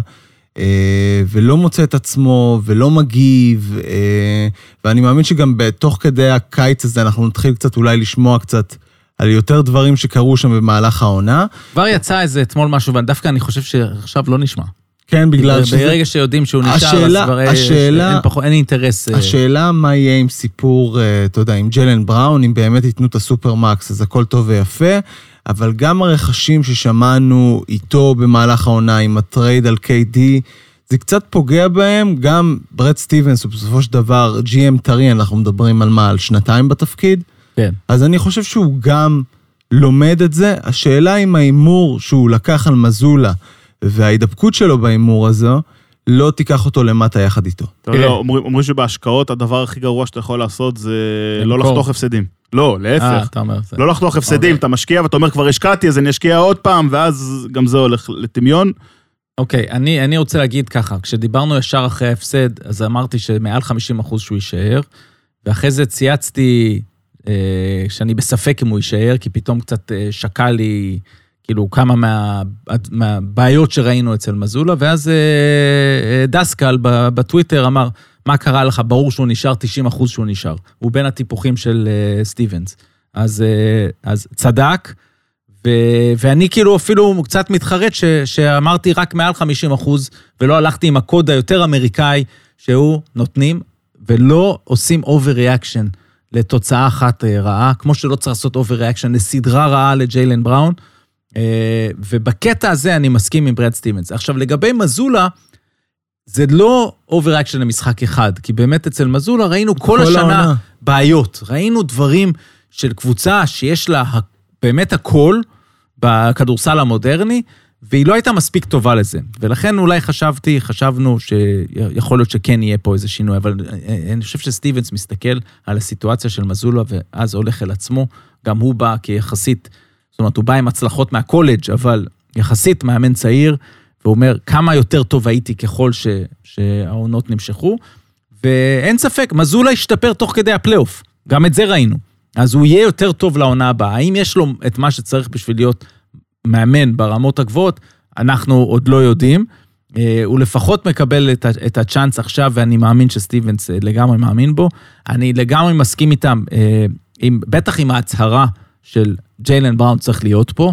ולא מוצא את עצמו, ולא מגיב, ואני מאמין שגם בתוך כדי הקיץ הזה, אנחנו נתחיל קצת אולי לשמוע קצת, על יותר דברים שקרו שם במהלך העונה.
כבר יצא איזה אתמול משהו, ודווקא אני חושב שעכשיו לא נשמע.
כן, בגלל שזה...
ברגע שיודעים שהוא נשאר, אז כבר אין פחות, אין אינטרס...
השאלה מה יהיה עם סיפור, אתה יודע, עם ג'יילן בראון, אם באמת ייתנו את הסופר מקס, אז הכל טוב ויפה, אבל גם הרכשים ששמענו איתו במהלך העונה, עם הטרייד על קיי די, זה קצת פוגע בהם, גם ברד סטיבנס, ובסופו של דבר, ג'י אם טרי, אנחנו מדברים על מה, על שנתיים בתפקיד,
כן.
אז אני חושב שהוא גם לומד את זה. השאלה עם האימור שהוא לקח על מזולה, וההידבקות שלו באימור הזו, לא תיקח אותו למטה יחד איתו.
אומרים שבהשקעות, הדבר הכי גרוע שאתה יכול לעשות, זה לא לחתוך הפסדים. לא, להפך.
אתה אומר.
לא לחתוך הפסדים, אתה משקיע ואתה אומר, כבר השקעתי, אז אני אשקיע עוד פעם, ואז גם זה הולך לטמיון.
אוקיי, אני, אני רוצה להגיד ככה, כשדיברנו ישר אחרי ההפסד, אז אמרתי שמעל חמישים אחוז שהוא יישאר, ואחרי זה צייצתי אה, שאני בספק אם הוא יישאר, כי פתאום קצת אה, שקע לי, כאילו, כמה מה, מהבעיות שראינו אצל מזולה, ואז אה, אה, דסקל בטוויטר אמר, מה קרה לך? ברור שהוא נשאר, תשעים אחוז שהוא נשאר. הוא בין הטיפוחים של אה, סטיבנס. אז, אה, אז צדק, ו, ואני כאילו אפילו קצת מתחרט ש, שאמרתי רק מעל חמישים אחוז, ולא הלכתי עם הקוד היותר אמריקאי, שהוא נותנים, ולא עושים overreaction לתוצאה אחת רעה, כמו שלא צריך לעשות overreaction לסדרה רעה לג'יילן בראון, ובקטע הזה אני מסכים עם ברד סטיבנס. עכשיו, לגבי מזולה, זה לא overreaction למשחק אחד, כי באמת אצל מזולה ראינו כל, כל השנה העונה. בעיות, ראינו דברים של קבוצה שיש לה באמת הכל בכדורסל המודרני, והיא לא הייתה מספיק טובה לזה, ולכן אולי חשבתי, חשבנו שיכול להיות שכן יהיה פה איזה שינוי, אבל אני חושב שסטיבנס מסתכל על הסיטואציה של מזולה, ואז הולך אל עצמו, גם הוא בא כיחסית, זאת אומרת, הוא בא עם הצלחות מהקולג', אבל יחסית מאמן צעיר, והוא אומר, כמה יותר טוב הייתי ככל ש, שהעונות נמשכו, ואין ספק, מזולה השתפר תוך כדי הפלייאוף, גם את זה ראינו, אז הוא יהיה יותר טוב לעונה הבאה, האם יש לו את מה שצריך בשביל להיות מאמן ברמות הגבוהות, אנחנו עוד לא יודעים, הוא לפחות מקבל את, את הצ'אנס עכשיו, ואני מאמין שסטיבנס לגמרי מאמין בו, אני לגמרי מסכים איתם, עם, בטח עם ההצהרה של ג'יילן בראון צריך להיות פה,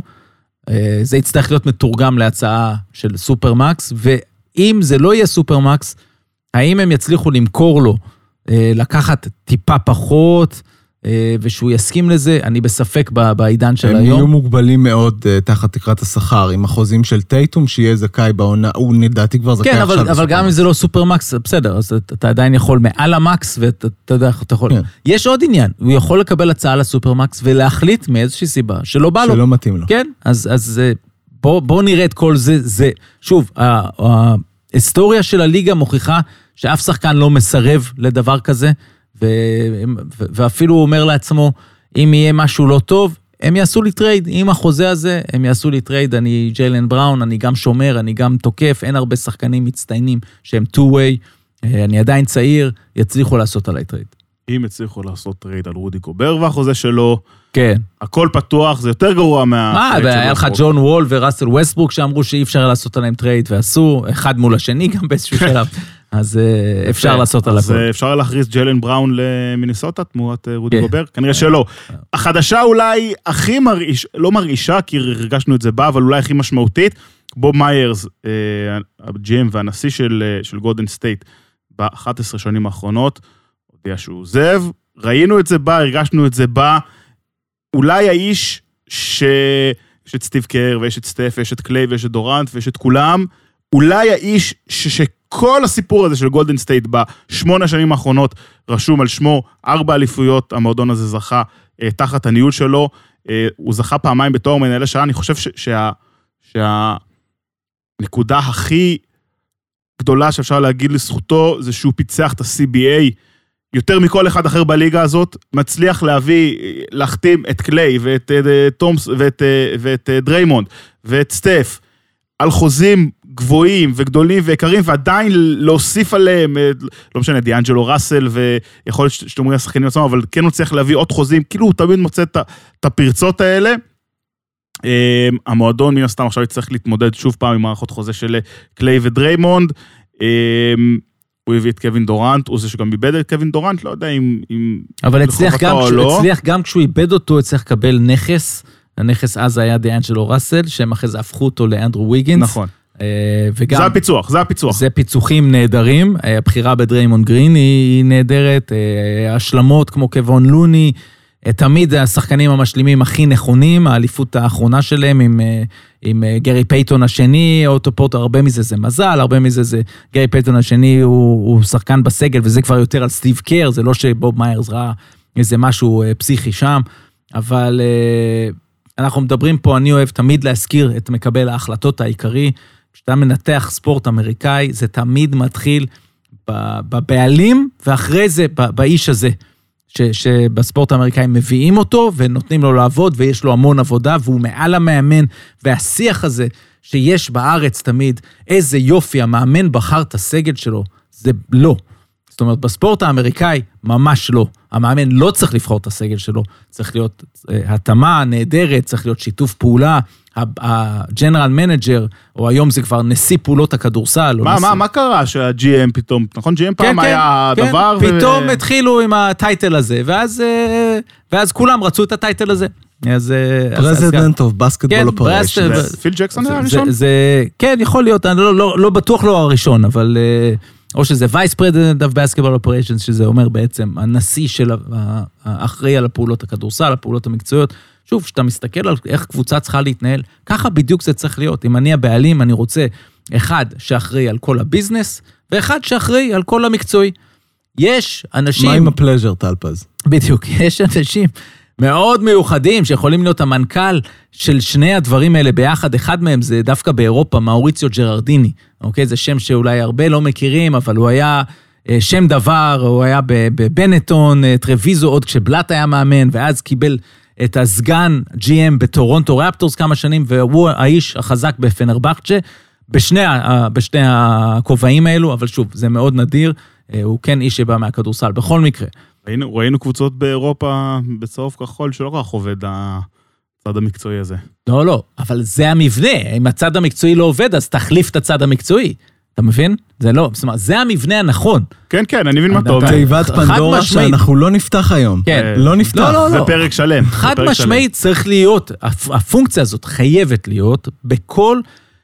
זה יצטרך להיות מתורגם להצעה של סופרמקס, ואם זה לא יהיה סופרמקס, האם הם יצליחו למכור לו, לקחת טיפה פחות, ושהוא יסכים לזה, אני בספק בעידן של היום.
הם יהיו מוגבלים מאוד תחת תקרת השכר, עם החוזים של טייטום, שיהיה זכאי בעונה, הוא נדעתי כבר זכאי
כן,
עכשיו.
אבל, אבל גם אם זה לא סופרמקס, בסדר, אז אתה עדיין יכול מעל המקס, ואתה יודע איך אתה יכול. כן. יש עוד עניין, הוא יכול לקבל הצעה לסופרמקס, ולהחליט מאיזושהי סיבה, שלא בא לו.
שלא מתאים לו.
כן, אז, אז בוא, בוא נראה את כל זה, זה, שוב, ההיסטוריה של הליגה מוכיחה, שאף שחקן לא מסרב לדבר כזה, ו... ואפילו הוא אומר לעצמו, אם יהיה משהו לא טוב, הם יעשו לי טרייד, עם החוזה הזה, הם יעשו לי טרייד, אני ג'יילן בראון, אני גם שומר, אני גם תוקף, אין הרבה שחקנים מצטיינים שהם two-way, אני עדיין צעיר, יצליחו לעשות עליי טרייד.
אם יצליחו לעשות טרייד על רודי גובר והחוזה שלו,
כן.
הכל פתוח, זה יותר גרוע מה...
מה, והיה לך ג'ון וול וראסל ווסטברוק שאמרו שאי אפשר לעשות עליהם טרייד, ועשו אחד מול השני גם באיזשהו שלב. אז אפשר לעשות עליו.
אז אפשר להכריז ג'יילן בראון למינסוטה, תמורת רודי גובר? כנראה שלא. החדשה אולי הכי מרעיש, לא מרעישה, כי הרגשנו את זה בה, אבל אולי הכי משמעותית, בוב מיירס, הג'י אם והנשיא של גולדן סטייט, ב-אחת עשרה שנים האחרונות, הודיע שהוא עוזב, ראינו את זה בה, הרגשנו את זה בה, אולי האיש ש... יש את סטיב קר, ויש את סטף, ויש את קליי, ויש את דורנט, ויש את כולם, אולי האיש ש... שכל הסיפור הזה של גולדן סטייט בשמונה שנים האחרונות רשום על שמו, ארבע אליפויות, המועדון הזה זכה אה, תחת הניהול שלו, אה, הוא זכה פעמיים בתואר מנהל השעה, אני חושב ש... שה... שהנקודה הכי גדולה שאפשר להגיד לזכותו, זה שהוא פיצח את ה-סי בי איי, יותר מכל אחד אחר בליגה הזאת, מצליח להביא, להחתים את קליי, ואת תומס, ואת, ואת דריימונד, ואת סטף, על חוזים גבוהים ופגדולים ויקרים, ועדיין להוסיף עליהם, לא משנה, דיאנג'לו ראסל, ויכול להיות שתאמרי השחקנים עצמם, אבל כן הוא צריך להביא עוד חוזים, כאילו הוא תמיד מוצא את הפרצות האלה. המועדון מן הסתם עכשיו צריך להתמודד שוב פעם עם מערכות חוזה של קליי ודריימונד, הוא הביא את קווין דורנט, הוא זה שגם איבד את קווין דורנט, לא יודע אם...
אבל הצליח גם, לא. הצליח גם כשהוא איבד אותו, הצליח לקבל נכס, הנכס אז היה דיאנג'לו ראסל, שהם אחרי זה הפכו אותו לאנדרו ויגינס.
נכון.
וגם,
זה הפיצוח, זה הפיצוח.
זה פיצוחים נהדרים, הבחירה בדריימונד גרין היא נהדרת, השלמות כמו קוון לוני, תמיד השחקנים המשלימים הכי נכונים, האליפות האחרונה שלהם עם, עם גרי פייטון השני, אוטו פורטר, הרבה מזה זה מזל, הרבה מזה זה, גרי פייטון השני הוא, הוא שחקן בסגל, וזה כבר יותר על סטיב קר, זה לא שבוב מיירס ראה איזה משהו פסיכי שם, אבל אנחנו מדברים פה, אני אוהב תמיד להזכיר את מקבל ההחלטות העיקרי, כשאתה מנתח ספורט אמריקאי, זה תמיד מתחיל בבעלים, ואחרי זה באיש הזה, ש, שבספורט האמריקאי מביאים אותו, ונותנים לו לעבוד, ויש לו המון עבודה, והוא מעל המאמן, והשיח הזה, שיש בארץ תמיד, איזה יופי, המאמן בחר את הסגל שלו, זה לא. זאת אומרת, בספורט האמריקאי, ממש לא. המאמן לא צריך לבחור את הסגל שלו, צריך להיות התאמה נהדרת, צריך להיות שיתוף פעולה, הג'נרל מנג'ר, או היום זה כבר נשיא פעולות הכדורסל.
מה, מה, מה קרה שה-ג'י אם פתאום, נכון? ג'י אם פעם היה דבר...
פתאום התחילו עם הטייטל הזה, ואז כולם רצו את הטייטל הזה.
President of Basketball Operations.
פיל ג'קסון היה הראשון?
כן, יכול להיות, אני לא בטוח לא הראשון, אבל... או שזה Vice President of Basketball Operations, שזה אומר בעצם הנשיא של האחראי על הפעולות הכדורסל, הפעולות המקצועיות. שוב, שאתה מסתכל על איך קבוצה צריכה להתנהל, ככה בדיוק זה צריך להיות. אם אני הבעלים, אני רוצה אחד שאחראי על כל הביזנס, ואחד שאחראי על כל המקצועי. יש אנשים...
מה עם הפלז'ר, טלפז?
בדיוק, יש אנשים מאוד מיוחדים, שיכולים להיות המנכ"ל של שני הדברים האלה ביחד. אחד מהם זה דווקא באירופה, מאוריציו ג'ררדיני. אוקיי? זה שם שאולי הרבה לא מכירים, אבל הוא היה שם דבר, הוא היה בבנטון, טרוויזו, עוד כשבלט היה מאמן, ואז קיבל את הסגן ג'י אם בטורונטו רפטורס כמה שנים, והוא האיש החזק בפנרבחצ'ה, בשני, בשני הכובעים האלו, אבל שוב, זה מאוד נדיר, הוא כן איש שבא מהכדורסל, בכל מקרה.
ראינו, ראינו קבוצות באירופה בצהוב כחול, שלא כל כך עובד הצד המקצועי הזה.
לא, לא, אבל זה המבנה, אם הצד המקצועי לא עובד, אז תחליף את הצד המקצועי. אתה מבין? זה לא, זאת אומרת, זה המבנה הנכון.
כן, כן, אני מבין מה טוב.
תיבת פנדורה שאנחנו לא נפתח היום.
כן.
לא נפתח.
לא, לא,
זה
לא.
פרק שלם.
חד משמעית צריך להיות, הפונקציה הזאת חייבת להיות בכל,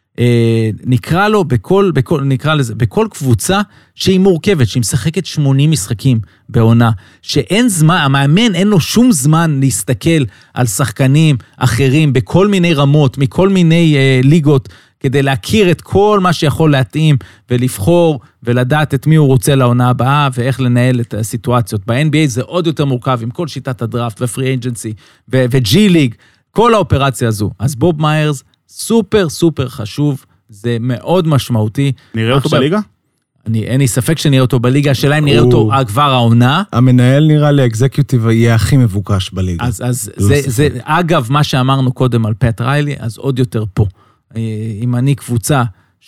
אה, נקרא לו, בכל, בכל, נקרא לזה, בכל קבוצה שהיא מורכבת, שהיא משחקת שמונים משחקים בעונה, שאין זמן, המאמן אין לו שום זמן להסתכל על שחקנים אחרים בכל מיני רמות, מכל מיני אה, ליגות, כדי להכיר את כל מה שיכול להתאים ולבחור ולדעת את מי הוא רוצה לעונה הבאה ואיך לנהל את הסיטואציות. ב-אן בי איי זה עוד יותר מורכב עם כל שיטת הדראפט ופרי אג'נסי וג'י ליג, כל האופרציה הזו. אז בוב מיירס סופר סופר חשוב, זה מאוד משמעותי.
נראה אותו בליגה?
אני, אין לי ספק שנראה אותו בליגה, השאלה אם נראה אותו כבר העונה.
המנהל נראה לי, אקזקיוטיב יהיה הכי מבוקש בליגה.
אז, אז זה, זה, אגב, מה שאמרנו קודם על פט ריילי, אז עוד יותר פה. אם אני קבוצה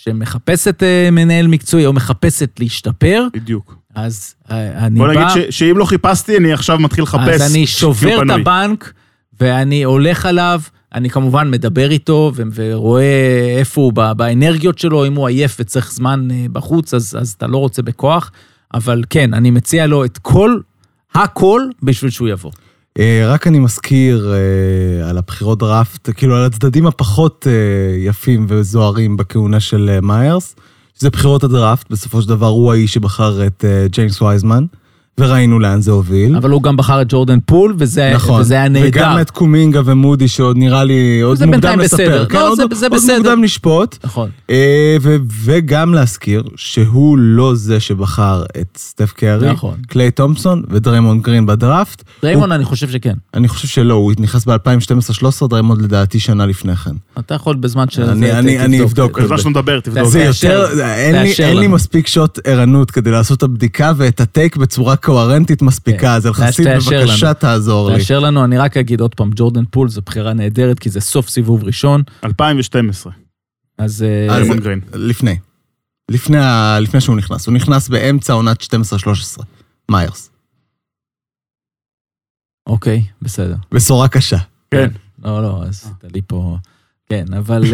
שמחפשת מנהל מקצועי, או מחפשת להשתפר,
בדיוק.
אז אני
בוא
בא...
בוא נגיד ש, שאם לא חיפשתי, אני עכשיו מתחיל לחפש.
אז אני שובר את הבנק, ואני הולך עליו, אני כמובן מדבר איתו, ורואה איפה הוא באנרגיות שלו, אם הוא עייף וצריך זמן בחוץ, אז, אז אתה לא רוצה בכוח, אבל כן, אני מציע לו את כל, הכל, בשביל שהוא יבוא.
רק אני מזכיר על הבחירות דראפט, כאילו על הצדדים הפחות יפים וזוהרים בכהונה של מיירס, שזה בחירות הדראפט, בסופו של דבר הוא האיש שבחר את ג'יימס וייזמן, וראינו לאן זה הוביל.
אבל הוא גם בחר את ג'ורדן פול, וזה,
נכון,
וזה היה נהדר.
וגם את קומינגה ומודי, שעוד נראה לי עוד מוקדם לספר. כן,
לא,
עוד,
זה, זה
עוד
בסדר.
מוקדם לשפוט.
נכון.
ו- וגם להזכיר שהוא לא זה שבחר את סטף קרי,
נכון.
קליי תומפסון ודריימונד גרין בדראפט.
דריימונד
הוא...
אני חושב שכן.
אני חושב שלא, הוא נכנס ב-אלפיים שתים עשרה שלוש עשרה, דריימונד לדעתי שנה לפני כן.
אתה יכול בזמן שזה...
אני, אני, אני אבדוק.
בזמן שאתה מדבר, תבדוק.
זה יותר, אין לי, אין לי מספיק שעות ערנות כדי לעשות את הבדיקה ואת הטייק בצורה קוהרנטית מספיקה, אז אלחסית בבקשה תעזור לי.
תאשר לנו, אני רק אגיד עוד פעם, ג'ורדן פול זו בחירה נהדרת, כי זה סוף סיבוב ראשון.
אלפיים ושתים עשרה.
אז...
לפני. לפני, לפני שהוא נכנס. הוא נכנס באמצע עונת שתים עשרה שלוש עשרה. מיירס.
אוקיי, בסדר.
בשורה קשה.
כן.
לא, לא, אז תלי פה... כן, אבל...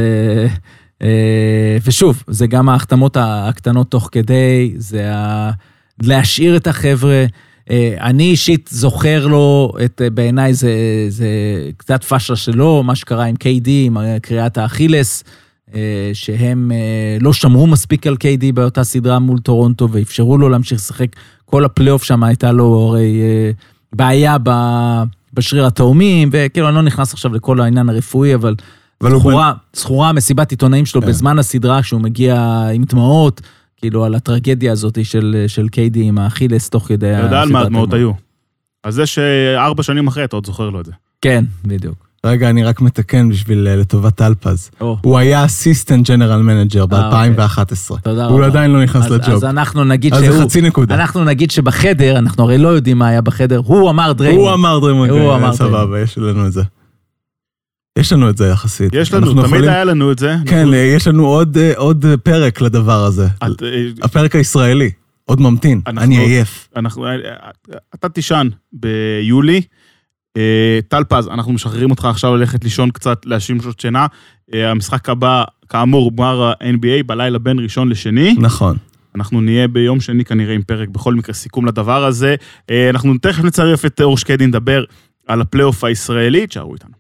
ושוב, זה גם ההחתמות הקטנות תוך כדי, זה להשאיר את החבר'ה... אני אישית זוכר לו, את, בעיניי זה, זה קצת פשלה שלו, מה שקרה עם קיי די, עם קריאת האכילס, שהם לא שמרו מספיק על קיי די באותה סדרה מול טורונטו, ואפשרו לו להמשיך לשחק. כל הפלייאוף שם הייתה לו הרי בעיה בשריר התאומים, וכאילו אני לא נכנס עכשיו לכל העניין הרפואי, אבל זכורה, זכורה מסיבת עיתונאים שלו בזמן הסדרה, כשהוא מגיע עם דמעות, כאילו על הטרגדיה הזאת של, של קיי די עם האכילס תוך כדי...
אתה יודע על מה הדמעות היו. אז זה שארבע שנים אחרי אתה עוד זוכר לו את זה.
כן, בדיוק.
רגע, אני רק מתקן בשביל לטובת טלפז.
או.
הוא היה אסיסטנט ג'נרל מנג'ר ב-אלפיים ואחת עשרה.
תודה
הוא
רבה.
עדיין לא נכנס
אז-
לג'וב.
אז אנחנו נגיד
אז
שהוא...
זה חצי נקודה.
אנחנו נגיד שבחדר, אנחנו הרי לא יודעים מה היה בחדר, הוא אמר דריימונד.
הוא אמר דריימונד
הוא
גרין,
אמר
סבבה,
דריימונד.
יש לנו את זה. יש לנו את זה יחסית.
יש לנו,
אנחנו
תמיד
יכולים-
היה לנו את זה.
כן,
אנחנו-
יש לנו עוד, עוד פרק לדבר הזה.
את-
הפרק הישראלי. עוד ממתין.
אנחנו-
אני עייף.
אנחנו, אתה תישן ביולי, אה, טל פז, אנחנו משחררים אותך עכשיו ללכת לישון קצת, להשלים שעות שינה, אה, המשחק הבא, כאמור, גמר ה-אן בי איי, בלילה בין ראשון לשני,
נכון.
אנחנו נהיה ביום שני כנראה עם פרק, בכל מקרה סיכום לדבר הזה, אה, אנחנו תכף נצרף את אור שקדי, נדבר על הפלייאוף הישראלי, תשארו איתנו.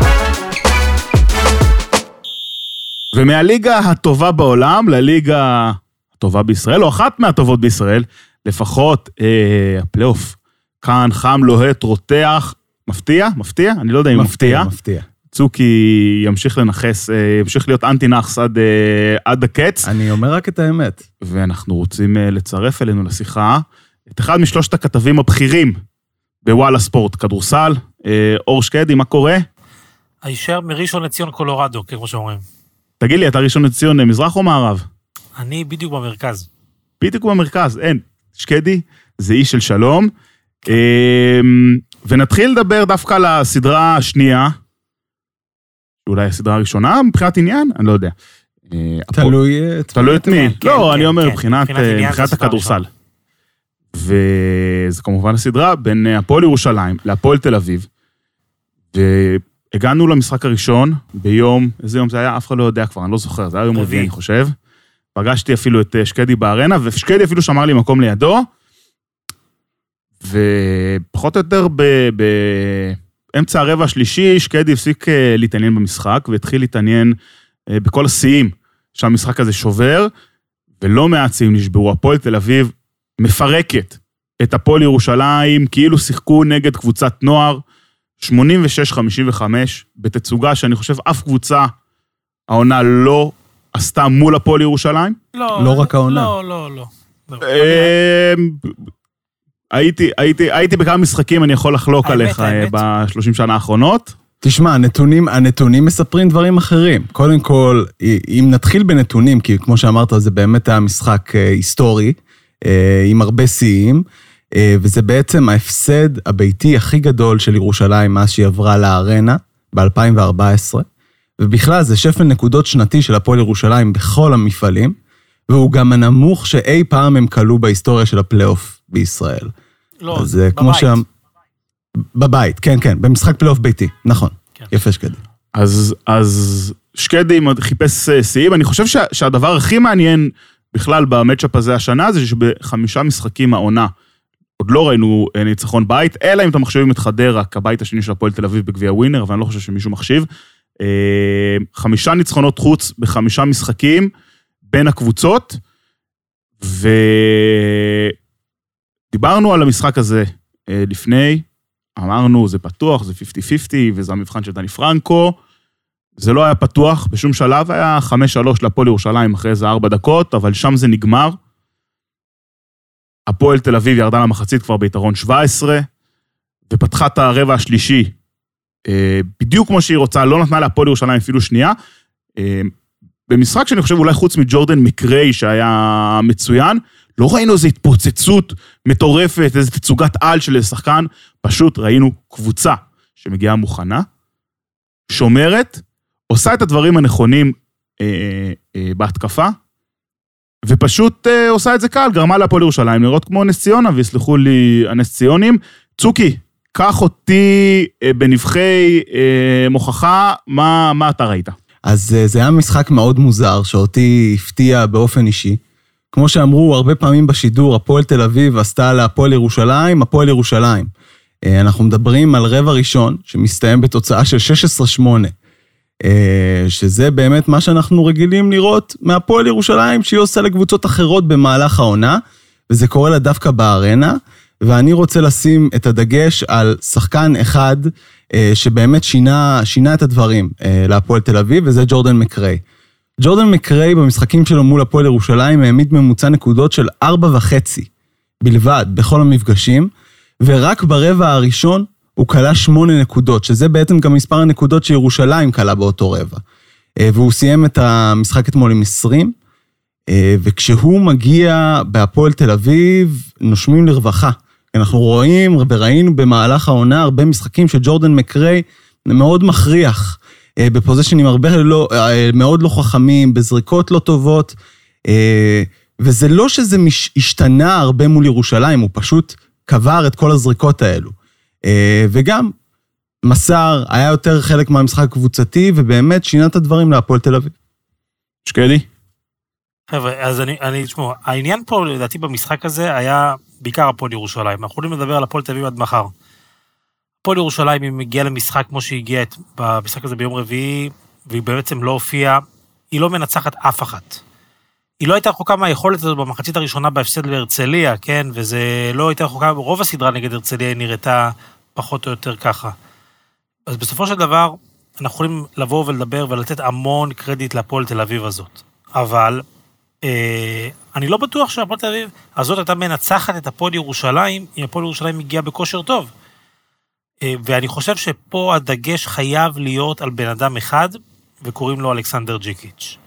ומהליגה הטובה בעולם לליגה הטובה בישראל, או אחת מהטובות בישראל, לפחות אה, הפלייאוף. כאן חם, לוהט, רותח, מפתיע? מפתיע? אני לא יודע אם מפתיע.
מפתיע.
צוקי ימשיך לנחס, אה, ימשיך להיות אנטי נחס עד, אה, עד הקץ,
אני אומר רק את האמת.
ואנחנו רוצים אה, לצרף אלינו לשיחה את אחד משלושת הכתבים הבכירים בוואלה ספורט, כדורסל, אה, אור שקדי, מה קורה?
הישר מראשון לציון קולורדו, כמו שאומרים.
תגיד לי, אתה ראשון לציון מזרח או מערב?
אני בדיוק במרכז.
בדיוק במרכז, אין. שקדי זה איש של שלום. ונתחיל לדבר דווקא על הסדרה השנייה, אולי הסדרה הראשונה, מבחינת עניין, אני לא יודע.
תלוי...
תלוי את מי.
כן,
לא,
כן,
אני אומר,
כן,
מבחינת
מבחינת עניין זה
מבחינת
הסדרה
הכדורסל. וזה כמובן הסדרה בין הפועל ירושלים להפועל תל אביב. והגענו למשחק הראשון ביום, איזה יום זה היה? אף אחד לא יודע כבר, אני לא זוכר, זה היה יום רביעי, אני חושב. פגשתי אפילו את שקדי בארנה, ושקדי אפילו שמר לי מקום לידו, ופחות או יותר באמצע הרבע השלישי, שקדי הפסיק להתעניין במשחק, והתחיל להתעניין בכל השיאים שהמשחק הזה שובר, ולא מעט שיאים נשברו. הפועל תל אביב מפרקת את הפועל ירושלים, כאילו שיחקו נגד קבוצת נוער, שמונים ושש חמישים וחמש, בתצוגה שאני חושב אף קבוצה, העונה לא עשתה מול הפועל ירושלים.
לא,
לא רק העונה.
לא, לא, לא.
הייתי, הייתי, הייתי בכמה משחקים, אני יכול לחלוק
האמת,
עליך
האמת.
בשלושים שנה האחרונות.
תשמע, הנתונים, הנתונים מספרים דברים אחרים. קודם כל, אם נתחיל בנתונים, כי כמו שאמרת, זה באמת היה משחק היסטורי, עם הרבה שיאים, וזה בעצם ההפסד הביתי הכי גדול של ירושלים, מאז שהיא עברה לארנה, ב-אלפיים וארבע עשרה, ובכלל זה שפל נקודות שנתי של הפועל ירושלים בכל המפעלים, והוא גם הנמוך שאי פעם הם קלו בהיסטוריה של הפלייאוף בישראל.
לא,
אז
בבית.
כמו שה... בבית, כן, כן, במשחק פלייאוף ביתי, נכון.
כן.
יפה שקדי.
אז, אז שקדי חיפש שיאים, אני חושב שה, שהדבר הכי מעניין בכלל במצ'אפ הזה השנה, זה שבחמישה משחקים העונה, עוד לא ראינו ניצחון בית, אלא אם אתם מחשבים את חדרה, כבית השני של הפועל תל אביב בגביע ווינר, אבל אני לא חושב שמישהו מחשיב. חמישה ניצחונות חוץ בחמישה משחקים בין הקבוצות, ודיברנו על המשחק הזה לפני, אמרנו זה פתוח, זה חמישים חמישים, וזה המבחן של דני פרנקו, זה לא היה פתוח, בשום שלב היה חמש שלוש להפועל ירושלים אחרי איזה ארבע דקות, אבל שם זה נגמר. הפועל תל אביב ירדה למחצית כבר ביתרון שבע עשרה, ופתחה את הרבע השלישי, בדיוק כמו שהיא רוצה, לא נתנה להפועל ירושלים אפילו שנייה, במשחק שאני חושב אולי חוץ מג'ורדן מקריי שהיה מצוין, לא ראינו איזו התפוצצות מטורפת, איזו תצוגת על של שחקן, פשוט ראינו קבוצה שמגיעה מוכנה, שומרת, עושה את הדברים הנכונים אה, אה, בהתקפה, ופשוט אה, עושה את זה קל, גרמה להפועל ירושלים לראות כמו נס ציונה, ויסלחו לי הנס ציונים. צוקי, קח אותי אה, בנבחי אה, מוכחה, מה, מה אתה ראית?
אז זה היה משחק מאוד מוזר, שאותי הפתיע באופן אישי. כמו שאמרו הרבה פעמים בשידור, הפועל תל אביב עשתה להפועל ירושלים, הפועל ירושלים. אנחנו מדברים על רבע ראשון, שמסתיים בתוצאה של שש עשרה שמונה, שזה באמת מה שאנחנו רגילים לראות מהפועל ירושלים, שהיא עושה לקבוצות אחרות במהלך העונה, וזה קורה לה דווקא בארנה, ואני רוצה לשים את הדגש על שחקן אחד, שבאמת שינה, שינה את הדברים להפועל תל אביב, וזה ג'ורדן מקריי. ג'ורדן מקריי במשחקים שלו מול הפועל ירושלים העמיד ממוצע נקודות של ארבע וחצי בלבד בכל המפגשים, ורק ברבע הראשון הוא קלה שמונה נקודות, שזה בעצם גם מספר הנקודות שירושלים קלה באותו רבע. והוא סיים את המשחק אתמול עם עשרים, וכשהוא מגיע בהפועל תל אביב, נושמים לרווחה. אנחנו רואים וראינו במהלך העונה הרבה משחקים שג'ורדן מקריי מאוד מכריח, בפוזישנים הרבה לא, מאוד לא חכמים, בזריקות לא טובות, וזה לא שזה השתנה הרבה מול ירושלים, הוא פשוט קבר את כל הזריקות האלו. וגם מסר היה יותר חלק מהמשחק הקבוצתי, ובאמת שינה את הדברים להפועל תל אביב.
שקדי?
חבר'ה, אז אני, אני, תשמעו, העניין פה לדעתי במשחק הזה היה בעיקר הפועל ירושלים. אנחנו יכולים לדבר על הפועל תל אביב עד מחר. הפועל ירושלים, היא מגיעה למשחק כמו שהיא הגיעה במשחק הזה ביום רביעי, והיא בעצם לא הופיעה, היא לא מנצחת אף אחת. היא לא הייתה רחוקה מהיכולת הזאת במחצית הראשונה בהפסד להרצליה, כן? וזה לא הייתה רחוקה, רוב הסדרה נגד הרצליה היא נראתה פחות או יותר ככה. אז בסופו של דבר, אנחנו יכולים לבוא ולדבר ולתת המון קרדיט להפועל תל אביב הזאת. אבל אה, אני לא בטוח שהפועל תל אביב הזאת הייתה מנצחת את הפועל ירושלים, אם הפועל ירושלים הגיעה בכושר טוב. אה, ואני חושב שפה הדגש חייב להיות על בן אדם אחד, וקוראים לו אלכסנדר ג'יקיץ'.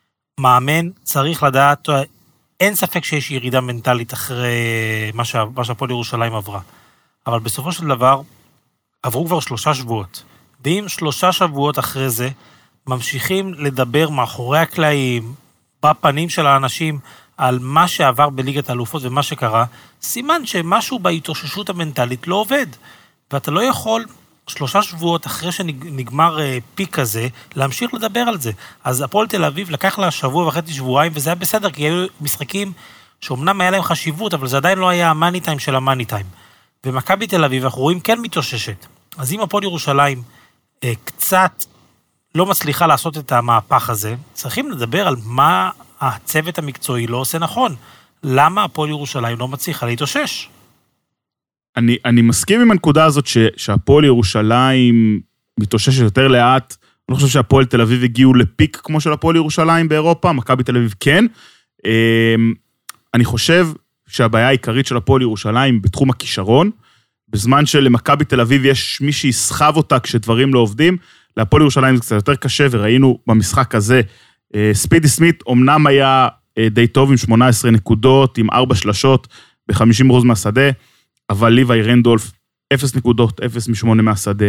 מאמן צריך לדעת, אין ספק שיש ירידה מנטלית אחרי מה שהפועל ירושלים עברה. אבל בסופו של דבר, עברו כבר שלושה שבועות. ואם שלושה שבועות אחרי זה, ממשיכים לדבר מאחורי הקלעים, בפנים של האנשים, על מה שעבר בליגת האלופות ומה שקרה, סימן שמשהו בהתאוששות המנטלית לא עובד. ואתה לא יכול שלושה שבועות אחרי שנגמר פיק כזה, להמשיך לדבר על זה. אז הפועל תל אביב לקח לה שבוע וחצי שבועיים, וזה היה בסדר, כי היו משחקים שאומנם היה להם חשיבות, אבל זה עדיין לא היה המאני טיים של המאני טיים. ומכבי תל אביב, אנחנו רואים כן מתאוששת. אז אם הפועל ירושלים אה, קצת לא מצליחה לעשות את המהפך הזה, צריכים לדבר על מה הצוות המקצועי לא עושה נכון. למה הפועל ירושלים לא מצליחה להתאושש?
אני, אני מסכים עם הנקודה הזאת ש, שהפועל ירושלים מתאוששת יותר לאט. אני חושב שהפועל תל אביב הגיעו לפיק כמו של הפועל ירושלים באירופה, מכבי תל אביב כן. אני חושב שהבעיה העיקרית של הפועל ירושלים בתחום הכישרון, בזמן שלמכבי תל אביב יש מי שיסחב אותה כשדברים לא עובדים, להפועל ירושלים זה קצת יותר קשה, וראינו במשחק הזה, ספידי סמית אומנם היה די טוב עם שמונה עשרה נקודות, עם ארבע שלשות, ב-חמישים אחוז מהשדה, אבל ליוואי רנדולף, אפס נקודות, אפס משמונה מהשדה.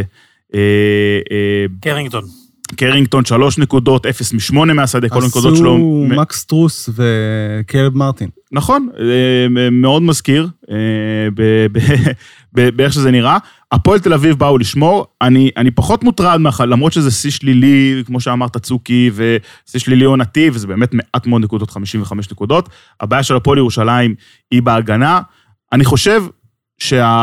קרינגטון.
קרינגטון, שלוש נקודות, אפס משמונה מהשדה, כל הנקודות שלו.
עשו מקס טרוס וקלב מרטין.
נכון, מאוד מזכיר, באיך שזה נראה. הפועל תל אביב באו לשמור, אני, אני פחות מוטרד מאחד, למרות שזה סי שלילי, כמו שאמרת, צוקי, וסי שלילי עונתי, וזה באמת מעט מאוד נקודות, חמישים וחמש נקודות. הבעיה של הפועל ירושלים היא בהגנה. אני חושב שה...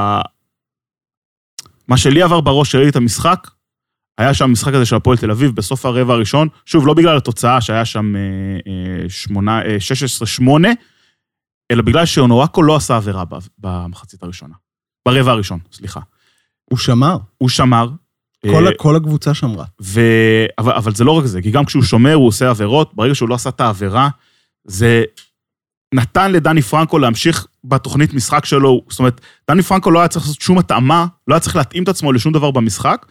מה שלי עבר בראש שראיתי את המשחק, היה שם המשחק הזה של הפועל תל אביב, בסוף הרבע הראשון, שוב, לא בגלל התוצאה שהיה שם שש עשרה שמונה, אלא בגלל שאונואקו לא עשה עבירה במחצית הראשונה. ברבע הראשון, סליחה.
הוא שמר.
הוא שמר.
כל, כל הקבוצה שמרה.
ו... אבל, אבל זה לא רק זה, כי גם כשהוא שומר, הוא עושה עבירות, ברגע שהוא לא עשה את העבירה, זה נתן לדני פרנקו להמשיך בתוכנית משחק שלו, זאת אומרת, דני פרנקו לא היה צריך לעשות שום התאמה, לא היה צריך להתאים את עצמו לשום דבר במשחק,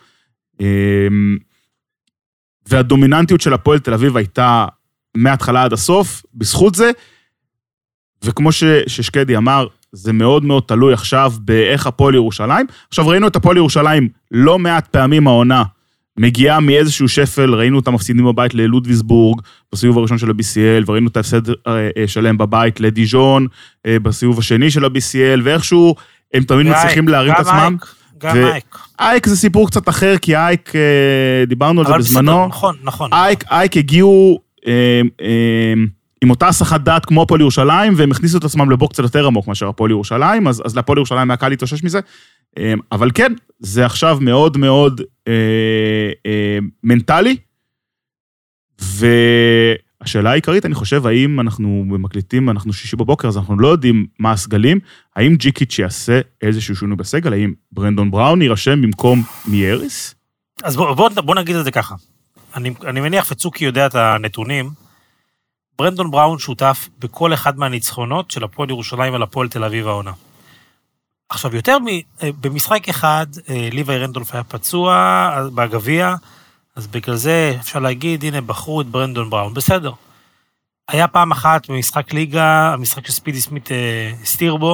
והדומיננטיות של הפועל תל אביב הייתה מההתחלה עד הסוף, בזכות זה, וכמו ששקדי אמר, זה מאוד מאוד תלוי עכשיו באיך הפועל ירושלים. עכשיו ראינו את הפועל ירושלים לא מעט פעמים העונה, מגיעה מאיזשהו שפל, ראינו אותם מפסידים בבית ללודוויסבורג, בסיבוב הראשון של ה-בי סי אל, וראינו את ההפסד שלהם בבית לדיז'ון, בסיבוב השני של ה-בי סי אל, ואיכשהו הם תמיד מצליחים להרים את עצמם.
גם אייק.
אייק זה סיפור קצת אחר, כי אייק, דיברנו על זה בזמנו.
נכון, נכון.
אייק הגיעו עם אותה הסחת דעת כמו הפועל ירושלים, והם הכניסו את עצמם לבוק קצת יותר עמוק מאשר הפועל ירושלים, אז, אז להפועל ירושלים היה קל להתאושש מזה. אבל כן, זה עכשיו מאוד מאוד אה, אה, מנטלי, והשאלה העיקרית, אני חושב, האם אנחנו מקליטים, אנחנו שישי בבוקר, אז אנחנו לא יודעים מה הסגלים, האם ג'יקיץ' יעשה איזשהו שינוי בסגל, האם ברנדון בראון יירשם במקום מייריס?
אז בוא, בוא, בוא נגיד את זה ככה. אני, אני מניח וצוקי יודע את הנתונים, ברנדון בראון שותף בכל אחד מהניצחונות של הפועל ירושלים על הפועל תל אביב העונה. עכשיו, יותר מ... במשחק אחד, ליווי רנדולף היה פצוע בגביע, אז בגלל זה אפשר להגיד, הנה, בחרו את ברנדון בראון, בסדר. היה פעם אחת במשחק ליגה, המשחק שספידי סמית הסתיר בו,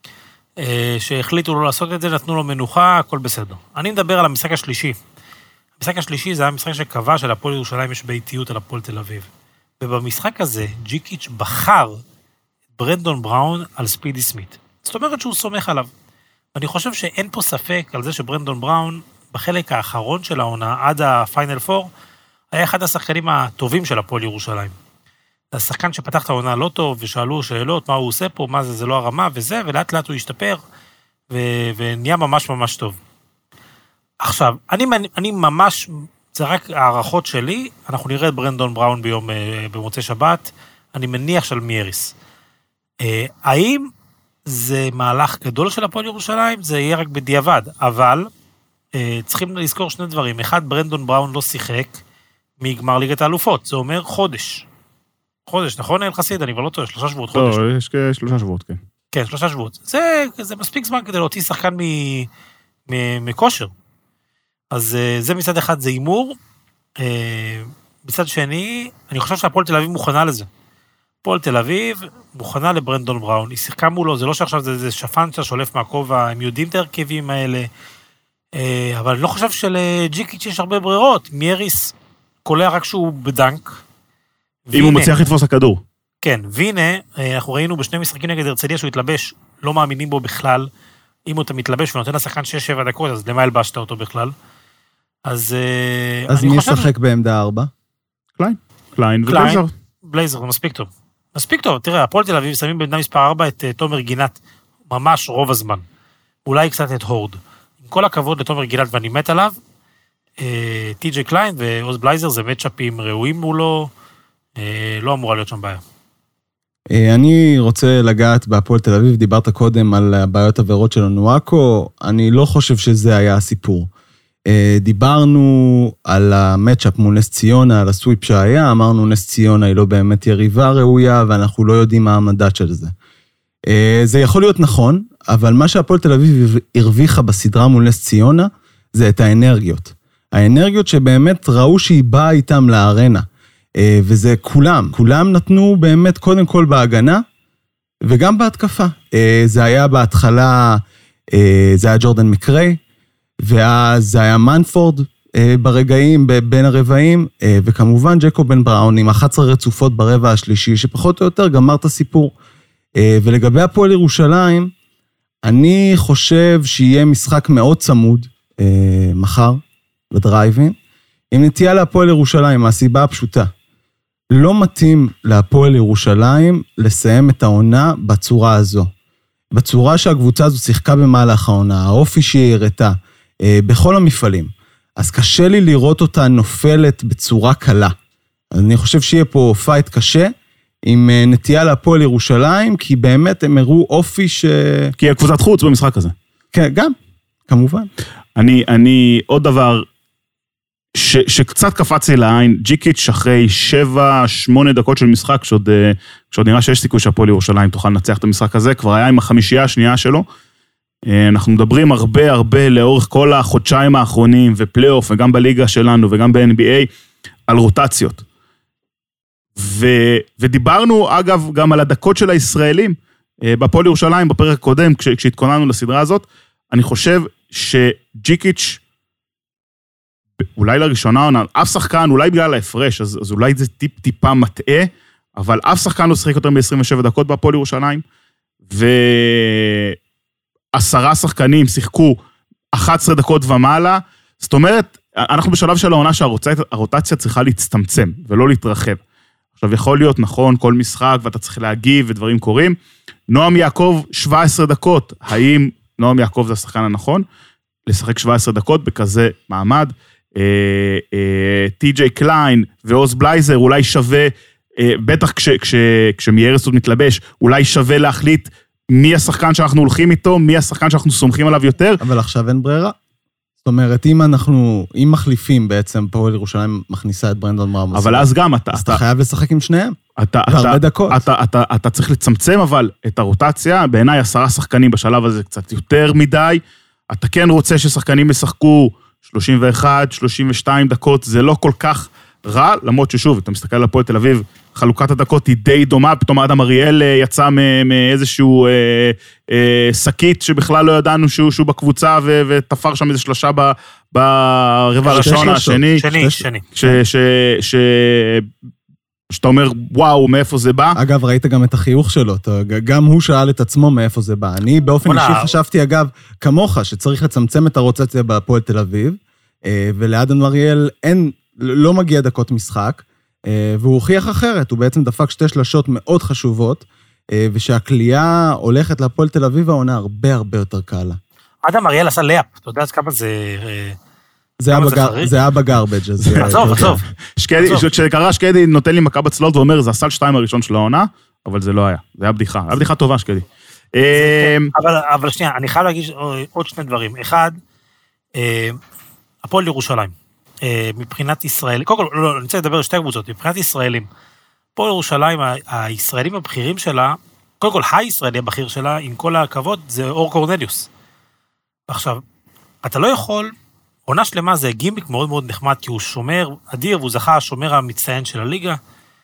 שהחליטו לא לעשות את זה, נתנו לו מנוחה, הכל בסדר. אני מדבר על המשחק השלישי. המשחק השלישי זה היה משחק שקבע של הפועל ירושלים יש ביתיות על הפועל תל אביב. ובמשחק הזה, ג'יקיץ' בחר ברנדון בראון על ספידי סמית. זאת אומרת שהוא סומך עליו. ואני חושב שאין פה ספק על זה שברנדון בראון, בחלק האחרון של העונה, עד הפיינל פור, היה אחד השחקנים הטובים של הפועל ירושלים. השחקן שפתח את העונה לא טוב, ושאלו שאלות, מה הוא עושה פה, מה זה, זה לא הרמה, וזה, ולאט לאט הוא השתפר, ו- ונהיה ממש ממש טוב. עכשיו, אני, אני ממש, זה רק הערכות שלי, אנחנו נראה את ברנדון בראון ביום, במוצאי שבת, אני מניח של מייריס. האם זה מהלך גדול של הפועל ירושלים? זה יהיה רק בדיעבד, אבל צריכים לזכור שני דברים. אחד, ברנדון בראון לא שיחק מגמר ליגת האלופות, זה אומר חודש. חודש, נכון, אל חסיד? אני כבר לא טועה, שלושה שבועות, חודש.
לא, יש שלושה שבועות, כן.
כן, שלושה שבועות. זה, זה מספיק זמן כדי להוציא שחקן מכושר. אז זה מצד אחד, זה אימור. מצד שני, אני חושב שהפועל תל אביב מוכנה לזה. הפועל תל אביב מוכנה לברנדון בראון. היא שיחקה מולו, זה לא שעכשיו זה, זה שפן ששולף מהכובע, הם יודעים את ההרכבים האלה. אבל אני לא חושב שלג'יקיץ' יש הרבה ברירות. מייריס קולע רק שהוא בדנק.
אם הוא מצליח לתפוס הכדור.
כן, והנה, אנחנו ראינו בשני משחקים נגד הרצליה שהוא התלבש, לא מאמינים בו בכלל. אם הוא מתלבש ונותן לשחקן שש שבע דקות, אז למה הלבשת אותו בכלל? אז
אז מי ישחק בעמדה ארבע?
קליין. קליין ובלייזר.
בלייזר, זה מספיק טוב. מספיק טוב, תראה, הפועל תל אביב שמים בעמדה מספר ארבע את תומר גינת, ממש רוב הזמן. אולי קצת את הורד. עם כל הכבוד לתומר גינת ואני מת עליו, טי.ג'יי קליין ועוז בלייזר זה מצ'אפים ראויים מולו, לא אמורה להיות שם בעיה.
אני רוצה לגעת בהפועל תל אביב, דיברת קודם על הבעיות עבירות של הנואקו, אני לא חושב שזה היה הסיפור. דיברנו על המאצ'אפ מול נס ציונה, על הסוויפ שהיה, אמרנו נס ציונה היא לא באמת יריבה ראויה, ואנחנו לא יודעים מה המדד של זה. זה יכול להיות נכון, אבל מה שהפועל תל אביב הרוויחה בסדרה מול נס ציונה, זה את האנרגיות. האנרגיות שבאמת ראו שהיא באה איתם לארנה. וזה כולם, כולם נתנו באמת קודם כל בהגנה, וגם בהתקפה. זה היה בהתחלה, זה היה ג'ורדן מקריי, ואז זה היה מנפורד ברגעים, בין הרבעים, וכמובן ג'קוב בן בראון עם אחת עשרה רצופות ברבע השלישי, שפחות או יותר גמר את הסיפור. ולגבי הפועל ירושלים, אני חושב שיהיה משחק מאוד צמוד מחר, בדרייבין, עם נטייה להפועל ירושלים, מהסיבה הפשוטה. לא מתאים להפועל ירושלים לסיים את העונה בצורה הזו. בצורה שהקבוצה הזו שיחקה במהלך העונה, האופי שהיא הראתה, בכל המפעלים. אז קשה לי לראות אותה נופלת בצורה קלה. אז אני חושב שיהיה פה פייט קשה, עם נטייה להפועל ירושלים, כי באמת הם הראו אופי ש...
כי היא קבוצת חוץ במשחק הזה.
כן, גם, כמובן.
אני, אני, עוד דבר, ש, שקצת קפצי לעין, ג'יקיץ' אחרי שבע, שמונה דקות של משחק, שעוד, שעוד נראה שיש סיכוי שהפועל ירושלים תוכל לנצח את המשחק הזה, כבר היה עם החמישייה השנייה שלו. אנחנו מדברים הרבה הרבה לאורך כל החודשיים האחרונים, ופלייאוף, וגם בליגה שלנו, וגם ב-אן בי איי, על רוטציות. ו, ודיברנו, אגב, גם על הדקות של הישראלים, בפועל ירושלים, בפרק הקודם, כש, כשהתכוננו לסדרה הזאת, אני חושב שג'יקיץ' אולי לראשונה, אף שחקן, אולי בגלל ההפרש, אז, אז אולי זה טיפ טיפה מטעה, אבל אף שחקן לא שחק יותר ב-עשרים ושבע דקות בפועל ירושלים, ועשרה שחקנים שיחקו אחת עשרה דקות ומעלה, זאת אומרת, אנחנו בשלב של העונה שהרוטציה צריכה להצטמצם, ולא להתרחב. עכשיו, יכול להיות נכון, כל משחק, ואתה צריך להגיב, ודברים קורים. נועם יעקב, שבע עשרה דקות, האם נועם יעקב זה השחקן הנכון? לשחק שבע עשרה דקות בכזה מעמד, טי.ג'יי קליין ועוז בלייזר, אולי שווה, בטח כשמיירס עוד מתלבש, אולי שווה להחליט מי השחקן שאנחנו הולכים איתו, מי השחקן שאנחנו סומכים עליו יותר.
אבל עכשיו אין ברירה. זאת אומרת, אם אנחנו, אם מחליפים בעצם, פועל ירושלים מכניסה את ברנדון בראון.
אבל אז גם אתה...
אז אתה חייב לשחק עם שניהם.
אתה,
והרבה
אתה,
דקות.
אתה, אתה, אתה צריך לצמצם אבל את הרוטציה, בעיניי עשרה שחקנים בשלב הזה קצת יותר מדי, אתה כן רוצה ששחקנים ישחקו שלושים ואחת, שלושים ושתיים דקות, זה לא כל כך רע, למרות ששוב, אתה מסתכל על הפועל תל אביב, חלוקת הדקות היא די דומה, פתאום אדם אריאל יצא מאיזשהו שקית שבכלל לא ידענו שהוא, שהוא בקבוצה, ותפר שם איזה שלושה ברבע הראשון השני.
שני, שני.
ש, ש, ש, שאתה אומר, וואו, מאיפה זה בא?
אגב, ראית גם את החיוך שלו, גם הוא שאל את עצמו מאיפה זה בא. אני באופן אישי חשבתי, אגב, כמוך, שצריך לצמצם את הרוטציה בהפועל תל אביב, ולאדם אריאל אין, לא מגיע דקות משחק, והוא הוכיח אחרת, הוא בעצם דפק שתי שלשות מאוד חשובות, ושהקליעה הולכת להפועל תל אביב, העונה הרבה הרבה יותר קלה.
אדם אריאל עשה לאפ, אתה יודע כמה זה...
זה היה בגרבג' אז...
עזוב, עזוב.
כשקרה שקדי נותן לי מכה בצלעות ואומר, זה הסל שתיים הראשון של העונה, אבל זה לא היה. זה היה בדיחה. היה בדיחה טובה, שקדי.
אבל שנייה, אני חייב להגיד עוד שני דברים. אחד, הפועל ירושלים. מבחינת ישראל, קודם כל, לא, אני רוצה לדבר על שתי קבוצות, מבחינת ישראלים. הפועל ירושלים, הישראלים הבכירים שלה, קודם כל, הישראלי הבכיר שלה, עם כל הכבוד, זה אור קורנליוס. עכשיו, אתה לא יכול... עונה שלמה זה גימיק מאוד מאוד נחמד, כי הוא שומר אדיר, והוא זכה השומר המצטיין של הליגה.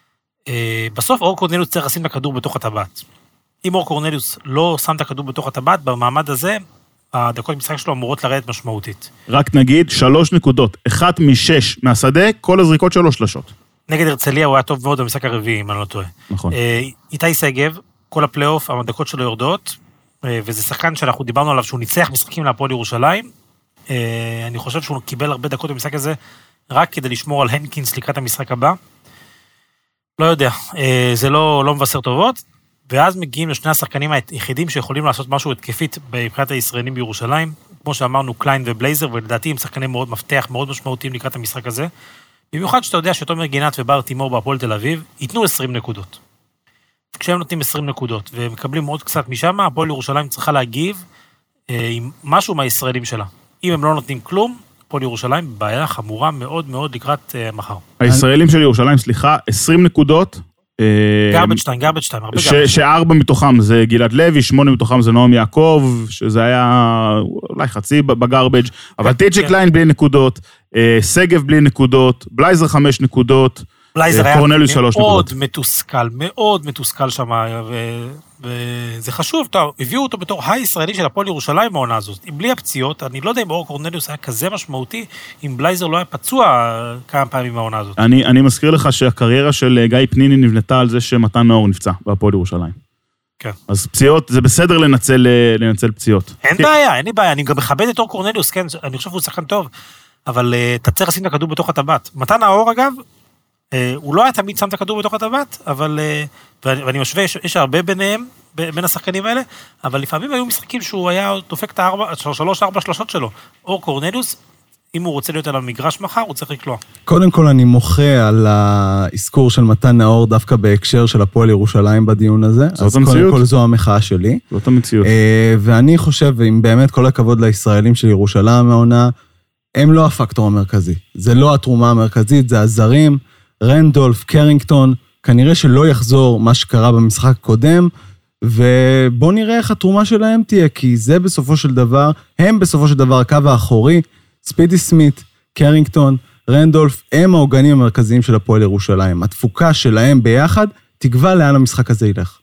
בסוף אור קורנליוס צריך לשים את הכדור בתוך הטבעת. אם אור קורנליוס לא שם את הכדור בתוך הטבעת, במעמד הזה, הדקות משחק שלו אמורות לרדת משמעותית.
רק נגיד, שלוש נקודות, אחת משש מהשדה, כל הזריקות שלו שלשות.
נגד הרצליה הוא היה טוב מאוד במשחק הרביעי, אם אני לא טועה.
נכון.
איתי סגב, כל הפלייאוף, הדקות שלו יורדות, וזה שחקן שאנחנו דיברנו עליו, שהוא ניצח משחקים להפועל ירושלים. אני חושב שהוא קיבל הרבה דקות במשחק הזה, רק כדי לשמור על הנקינס לקראת המשחק הבא. לא יודע, זה לא, לא מבשר טובות, ואז מגיעים לשני השחקנים היחידים שיכולים לעשות משהו התקפית מבחינת הישראלים בירושלים, כמו שאמרנו, קליין ובלייזר, ולדעתי הם שחקנים מאוד מפתח, מאוד משמעותיים לקראת המשחק הזה, במיוחד שאתה יודע שתומר גינת ובר תימור בהפועל תל אביב, ייתנו עשרים נקודות. כשהם נותנים עשרים נקודות, ומקבלים עוד קצת משם, הפועל ירושלים צריכה להגיב עם משהו מהישראלים שלה. אם הם לא נותנים כלום, הפועל ירושלים בעיה חמורה מאוד מאוד לקראת מחר.
הישראלים של ירושלים, סליחה, עשרים נקודות,
גרבג'טיין, גרבג'טיין, הרבה גרבג'טיין.
שארבע מתוכם זה גלעד לוי, שמונה מתוכם זה נועם יעקב, שזה היה אולי חצי בגרבג', אבל טי.ג'יי קליין בלי נקודות, סגב בלי נקודות, בלייזר חמש נקודות,
בלייזר היה
מאוד
מתוסכל, מאוד מתוסכל שם, וזה חשוב, טוב, הביאו אותו בתור הישראלי של הפועל ירושלים בעונה הזאת, בלי הפציעות, אני לא יודע אם אור קורנליוס היה כזה משמעותי, אם בלייזר לא היה פצוע כמה פעמים בעונה הזאת.
אני, אני מזכיר לך שהקריירה של גיא פניני נבנתה על זה שמתן נאור נפצע בהפועל ירושלים.
כן.
אז פציעות, זה בסדר לנצל, לנצל פציעות.
אין בעיה, אין לי בעיה, אני גם מכבד את אור קורנליוס, כן, אני חושב שהוא שחקן טוב, אבל אתה צריך לשים את הכדור בתוך הטבעת. מתן נאור, אגב, הוא לא היה תמיד שם את הכדור בתוך הטבעת, אבל, ואני משווה, יש הרבה ביניהם, בין השחקנים האלה, אבל לפעמים היו משחקים שהוא היה דופק את השלוש ארבע שלושות שלו. אור קורנליוס, אם הוא רוצה להיות על המגרש מחר, הוא צריך לקלוע.
קודם כל אני מוחה על האזכור של מתן נאור, דווקא בהקשר של הפועל ירושלים בדיון הזה.
זאת המציאות.
אז קודם כל זו המחאה שלי.
זאת המציאות.
ואני חושב, ועם באמת כל הכבוד לישראלים של ירושלים מהעונה, הם לא הפקטור המרכזי. זה לא התרומה המרכזית, זה הזרים, רנדולף, קרינגטון, כנראה שלא יחזור מה שקרה במשחק הקודם, ובוא נראה איך התרומה שלהם תהיה, כי זה בסופו של דבר, הם בסופו של דבר הקו האחורי, ספידי סמית, קרינגטון, רנדולף, הם העוגנים המרכזיים של הפועל ירושלים. התפוקה שלהם ביחד תקבע לאן המשחק הזה ילך.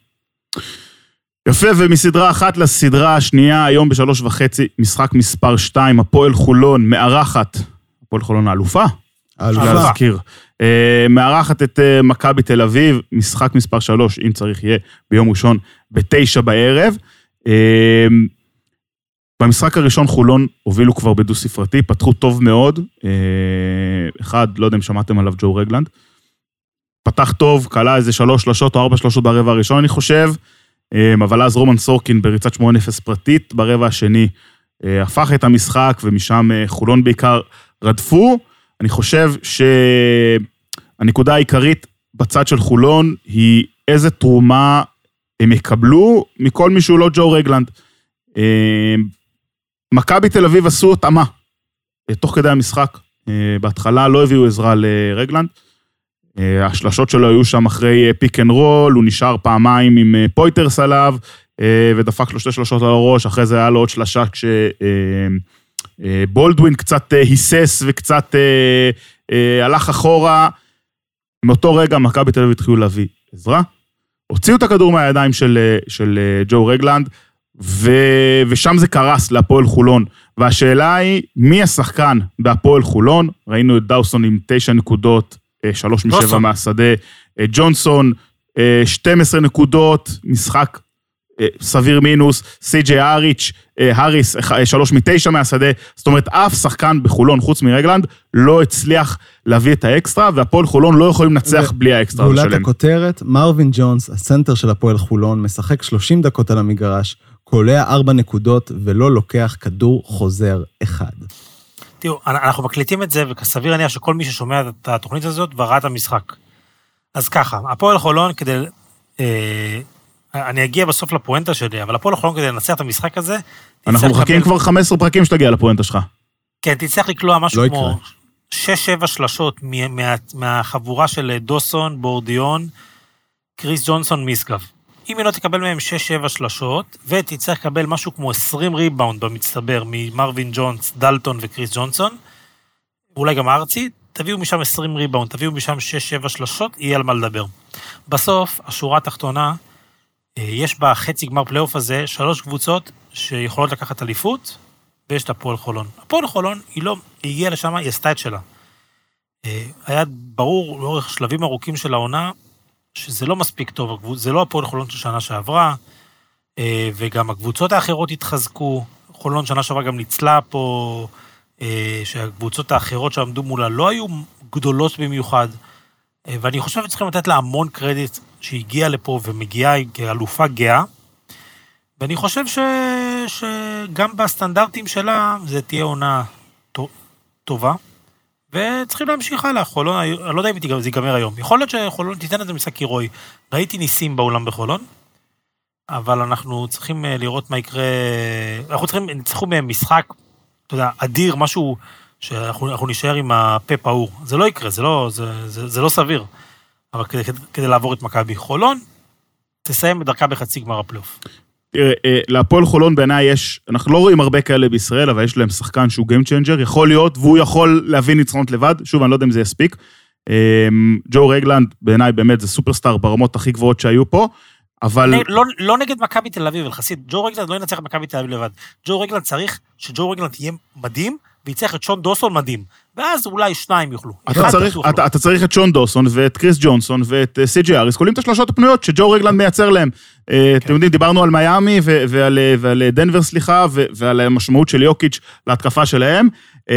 יפה, ומסדרה אחת לסדרה השנייה, היום בשלוש וחצי, משחק מספר שתיים, הפועל חולון, מארחת, הפועל חולון האלופה,
האלופה.
להזכיר, מארחת את מכבי תל אביב, משחק מספר שלוש, אם צריך יהיה ביום ראשון, בתשע בערב. במשחק הראשון חולון הובילו כבר בדו ספרתי, פתחו טוב מאוד, אחד, לא יודע אם שמעתם עליו, ג'ו רגלנד, פתח טוב, קלה איזה שלוש שלושות או ארבע שלושות ברבע הראשון, אני חושב, אבל אז רומן סורקין בריצת שמונה אפס פרטית, ברבע השני הפך את המשחק, ומשם חולון בעיקר רדפו. אני חושב שהנקודה העיקרית בצד של חולון היא איזה תרומה הם יקבלו מכל מי שהוא לא ג'ו רגלנד. מכבי תל אביב עשו התאמה תוך כדי המשחק, בהתחלה לא הביאו עזרה לרגלנד, השלשות שלו היו שם אחרי פיק אנד רול, הוא נשאר פעמיים עם פויטרס עליו, ודפק לו שתי שלשות על הראש, אחרי זה היה לו עוד שלשה כשבולדווין קצת היסס וקצת הלך אחורה. מאותו רגע מכבי תל אביב התחילו להביא עזרה, הוציאו את הכדור מהידיים של, של ג'ו רגלנד, ו, ושם זה קרס להפועל חולון. והשאלה היא, מי השחקן בהפועל חולון? ראינו את דאוסון עם תשע נקודות, שלוש משבע מהשדה, ג'ונסון, שתים עשרה נקודות, משחק סביר מינוס, סי.ג'יי האריץ', האריס, שלוש מתשע מהשדה, זאת אומרת, אף שחקן בחולון, חוץ מרגלנד, לא הצליח להביא את האקסטרה, והפועל חולון לא יכולים לנצח בלי האקסטרה שלהם.
גולת הכותרת, מרווין ג'ונס, הסנטר של הפועל חולון, משחק שלושים דקות על המגרש, קולע ארבע נקודות, ולא לוקח כדור חוזר אחד.
תראו, אנחנו מקליטים את זה, וכסביר להניח שכל מי ששומע את התוכנית הזאת, וראה את המשחק. אז ככה, הפועל חולון כדי... אה, אני אגיע בסוף לפואנטה שלי, אבל הפועל חולון כדי לנצח את המשחק הזה...
אנחנו מחכים כבר חמש עשרה פרקים שתגיע לפואנטה שלך.
כן, תצטרך לקלוע משהו כמו שש שבע שלשות מהחבורה של דוסון, בורדיון, קריס ג'ונסון, מיסגב. אם היא לא תקבל מהם שש שבע שלשות, ותצטרך לקבל משהו כמו עשרים ריבאונד במצטבר ממרווין ג'ונס, דלטון וקריס ג'ונסון, ואולי גם ארצי, תביאו משם עשרים ריבאונד, תביאו משם שש שבע שלשות, יהיה על מה לדבר. בסוף, השורה התחתונה, יש בה חצי גמר פלייאוף הזה, שלוש קבוצות שיכולות לקחת אליפות, ויש את הפועל חולון. הפועל חולון, היא לא הגיעה לשם, היא עשתה את שלה. היה ברור לאורך שלבים ארוכים של העונה, שזה לא מספיק טוב, זה לא הפועל חולון של שנה שעברה, וגם הקבוצות האחרות התחזקו, חולון שנה שעברה גם ניצלה פה, שהקבוצות האחרות שעמדו מולה לא היו גדולות במיוחד, ואני חושב שצריכים לתת לה המון קרדיט שהגיעה לפה ומגיעה כאלופה גאה, ואני חושב ש... שגם בסטנדרטים שלה זה תהיה עונה טובה, וצריכים להמשיך הלאה. חולון, אני לא יודע אם זה ייגמר היום. יכול להיות שחולון תיתן את זה משחק הירואי. ראיתי ניסים באולם בחולון, אבל אנחנו צריכים לראות מה יקרה, אנחנו צריכים, נצטרכו משחק, אתה יודע, אדיר, משהו שאנחנו אנחנו נשאר עם הפה פעור. זה לא יקרה, זה לא, זה, זה, זה לא סביר. אבל כדי, כדי לעבור את מכבי חולון, תסיים בדרכה בחצי גמר הפלייאוף.
תראה, להפועל חולון בעיניי יש, אנחנו לא רואים הרבה כאלה בישראל, אבל יש להם שחקן שהוא גיים צ'יינג'ר, יכול להיות, והוא יכול להביא ניצחונות לבד, שוב, אני לא יודע אם זה יספיק. ג'ו רגלנד, בעיניי באמת זה סופרסטאר ברמות הכי גבוהות שהיו פה, אבל...
לא, לא נגד מכבי תל אביב, אלחסית, ג'ו רגלנד לא ינצח את מכבי תל אביב לבד. ג'ו רגלנד צריך שג'ו רגלנד יהיה מדהים, ויצטרך את שון דוסון מדהים. ואז אולי שניים יוכלו.
אתה צריך, אתה, אתה צריך את שון דוסון ואת קריס ג'ונסון ואת סי.ג'יי האריס, כולים את השלושות הפנויות שג'ו רגלנד מייצר להם. כן. אתם יודעים, דיברנו על מיאמי ו- ועל, ועל דנבר, סליחה, ו- ועל המשמעות של יוקיץ' להתקפה שלהם.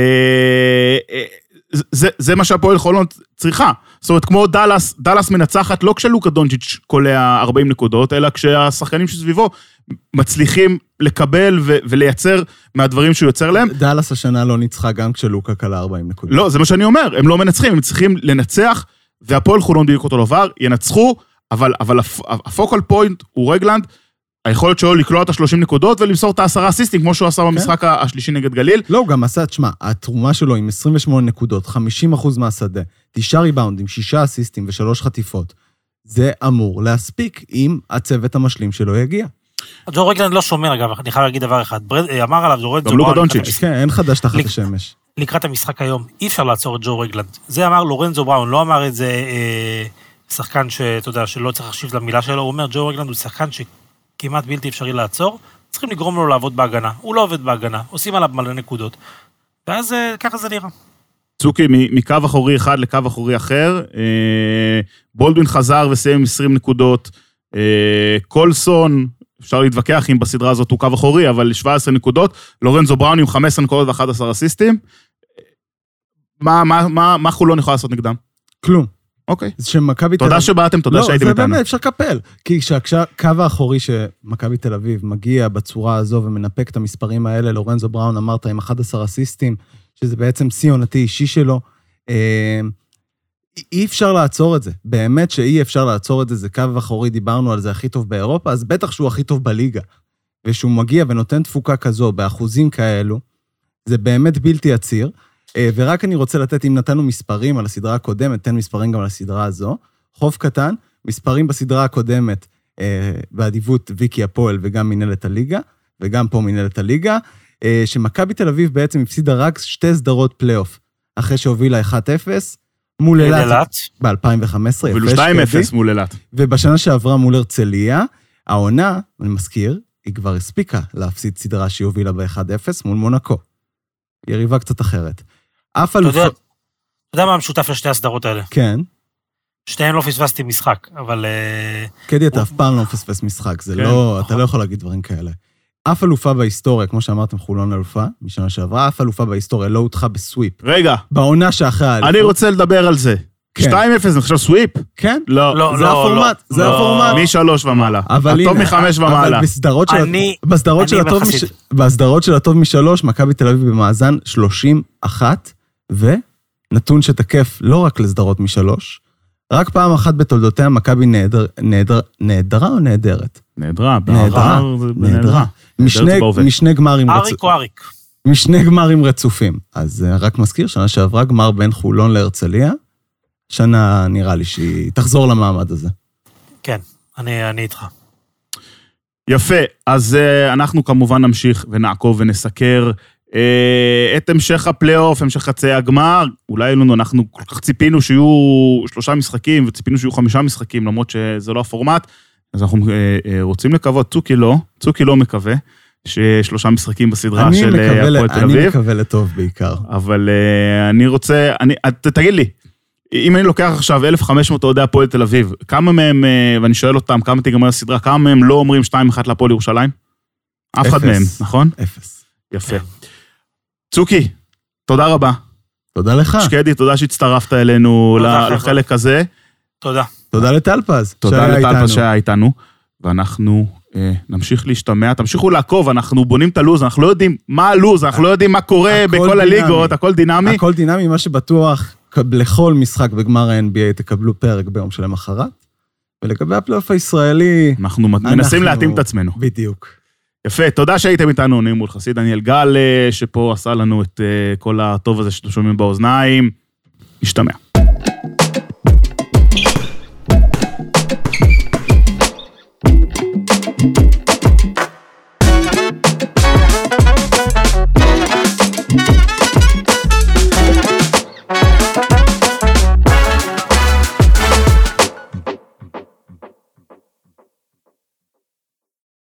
זה, זה מה שהפועל חולון צריכה. זאת אומרת, כמו דלס, דלס מנצחת לא כשלוקה דונצ'יץ' קולע ארבעים נקודות, אלא כשהשחקנים שסביבו מצליחים לקבל ו- ולייצר מהדברים שהוא יוצר להם.
דלס השנה לא ניצחה גם כשלוקה קלה ארבעים נקודות.
לא, זה מה שאני אומר, הם לא מנצחים, הם צריכים לנצח, והפועל חולון בדיוק אותו דבר, ינצחו, אבל, אבל הפוקל פוינט הוא רגלנד, היכולת שלו לקלוע את ה-שלושים נקודות ולמסור את ה-עשרה אסיסטים, כמו שהוא עשה במשחק השלישי נגד גליל.
לא, הוא גם עשה, תשמע, התרומה שלו עם עשרים ושמונה נקודות, חמישים אחוז מהשדה, תשעה ריבאונדים, שישה אסיסטים ושלוש חטיפות. זה אמור להספיק אם הצוות המשלים שלו יגיע.
ג'ו רגלנד לא שומר, אגב, אני חייב להגיד דבר אחד. אמר עליו לורנזו
גם לוקה דונצ'יץ'.
כן, אין חדש תחת השמש.
לקראת המשחק היום, אי אפשר לעצור את ג'ו רגלנד. זה אמר לורנזו בראון, לא אמר את זה שחקן שאתה יודע, שלא צריך להחשיב למילה שלו, הוא אומר, ג'ו רגלנד הוא שחקן שכמעט בלתי אפשרי לעצור, צריכים לגרום לו לעבוד בהגנה. הוא לא עובד בהגנה, עושים עליו מלא נקודות. ואז ככה זה נראה.
צוקי, מקו אחורי אחד לקו אחורי אחר, בולדווין חזר וסיים עשרים נקודות, קולסון, אפשר להתווכח אם בסדרה הזאת הוא קו אחורי, אבל שבע עשרה נקודות, לורנזו בראון עם חמש עשרה נקודות ואחד עשר אסיסטים, מה, מה, מה, מה חולון יכול לעשות נגדם?
כלום.
אוקיי.
תודה
שבאתם, תודה שהייתם איתנו.
לא, זה באמת, אפשר לקפל. כי כשהקו האחורי שמכבי תל אביב מגיע בצורה הזו ומנפק את המספרים האלה, לורנזו בראון אמרת עם אחד עשר אסיסטים, שזה בעצם שיא עונתי אישי שלו, אי אפשר לעצור את זה. באמת שאי אפשר לעצור את זה, זה קו אחורי, דיברנו על זה הכי טוב באירופה, אז בטח שהוא הכי טוב בליגה. ושהוא מגיע ונותן תפוקה כזו, באחוזים כאלו, זה באמת בלתי עציר. ורק אני רוצה לתת, אם נתנו מספרים על הסדרה הקודמת, תן מספרים גם על הסדרה הזו. חוב קטן, מספרים בסדרה הקודמת, באדיבות ויקי הפועל וגם מנהלת הליגה, וגם פה מנהלת הליגה, שמכבי תל אביב בעצם הפסידה רק שתי סדרות פלייאוף, אחרי שהובילה אחת אפס, מול אילת ב-אלפיים וחמש עשרה.
אפילו שתיים אפס מול אילת.
ובשנה שעברה מול הרצליה, העונה, אני מזכיר, היא כבר הספיקה להפסיד סדרה שהיא הובילה ב-אחד אפס מול מונקו. יריבה קצת אחרת. אף אלופה...
אתה יודע מה המשותף לשתי הסדרות האלה?
כן.
שתיהן לא פספסתי משחק, אבל...
קדי, אתה אף פעם לא מפספס משחק, זה לא... אתה לא יכול להגיד דברים כאלה. אף אלופה בהיסטוריה, כמו שאמרתם, חולון אלופה, משנה שעברה, אף אלופה בהיסטוריה לא הודחה בסוויפ.
רגע.
בעונה שאחרי האליפות.
אני רוצה לדבר על זה. שתיים אפס, אני חושב סוויפ?
כן.
לא.
זה הפורמט, זה הפורמט.
משלוש ומעלה.
הטוב
מחמש ומעלה.
אבל בסדרות של הטוב משלוש, מכבי תל אביב במאזן שלושים ואחת, ונתון שתקף לא רק לסדרות משלוש, רק פעם אחת בתולדותיה מכבי נהדרה או נהדרת?
נהדרה.
נהדרה. נהדרה. משני גמרים
רצופים. אריק או אריק?
משני גמרים רצופים. אז רק מזכיר, שנה שעברה גמר בין חולון להרצליה, שנה נראה לי שהיא תחזור למעמד הזה.
כן, אני, אני איתך.
יפה, אז אנחנו כמובן נמשיך ונעקוב ונסקר את המשך הפלייאוף, המשך חצי הגמר. אולי לנו, אנחנו כל כך ציפינו שיהיו שלושה משחקים, וציפינו שיהיו חמישה משחקים, למרות שזה לא הפורמט. אז אנחנו רוצים לקוות, צוקי לא, צוקי לא מקווה, ששלושה משחקים בסדרה של הפועל תל אביב.
אני מקווה לטוב בעיקר.
אבל אני רוצה, אני, תגיד לי, אם אני לוקח עכשיו אלף וחמש מאות אוהדי הפועל תל אביב, כמה מהם, ואני שואל אותם, כמה תיגמר הסדרה, כמה מהם לא אומרים שתיים אחת להפועל ירושלים? אף אחד מהם, נכון?
אפס.
יפה. צוקי, תודה רבה.
תודה לך.
שקדי, תודה שהצטרפת אלינו לחלק הזה.
תודה.
תודה לטלפז.
תודה לטלפז שהיה איתנו. ואנחנו נמשיך להשתמע. תמשיכו לעקוב, אנחנו בונים את הלוז, אנחנו לא יודעים מה הלוז, אנחנו לא יודעים מה קורה בכל הליגות, הכל דינמי.
הכל דינמי, מה שבטוח, לכל משחק בגמר ה-אן בי איי תקבלו פרק ביום של המחרת. ולגבי הפלייאוף הישראלי...
אנחנו מנסים להתאים את עצמנו.
בדיוק.
יפה, תודה שהייתם איתנו, אני מול חסיד דניאל גל, שפה עשה לנו את כל הטוב הזה שאתם שומעים באוזניים. נשתמע. Thank you.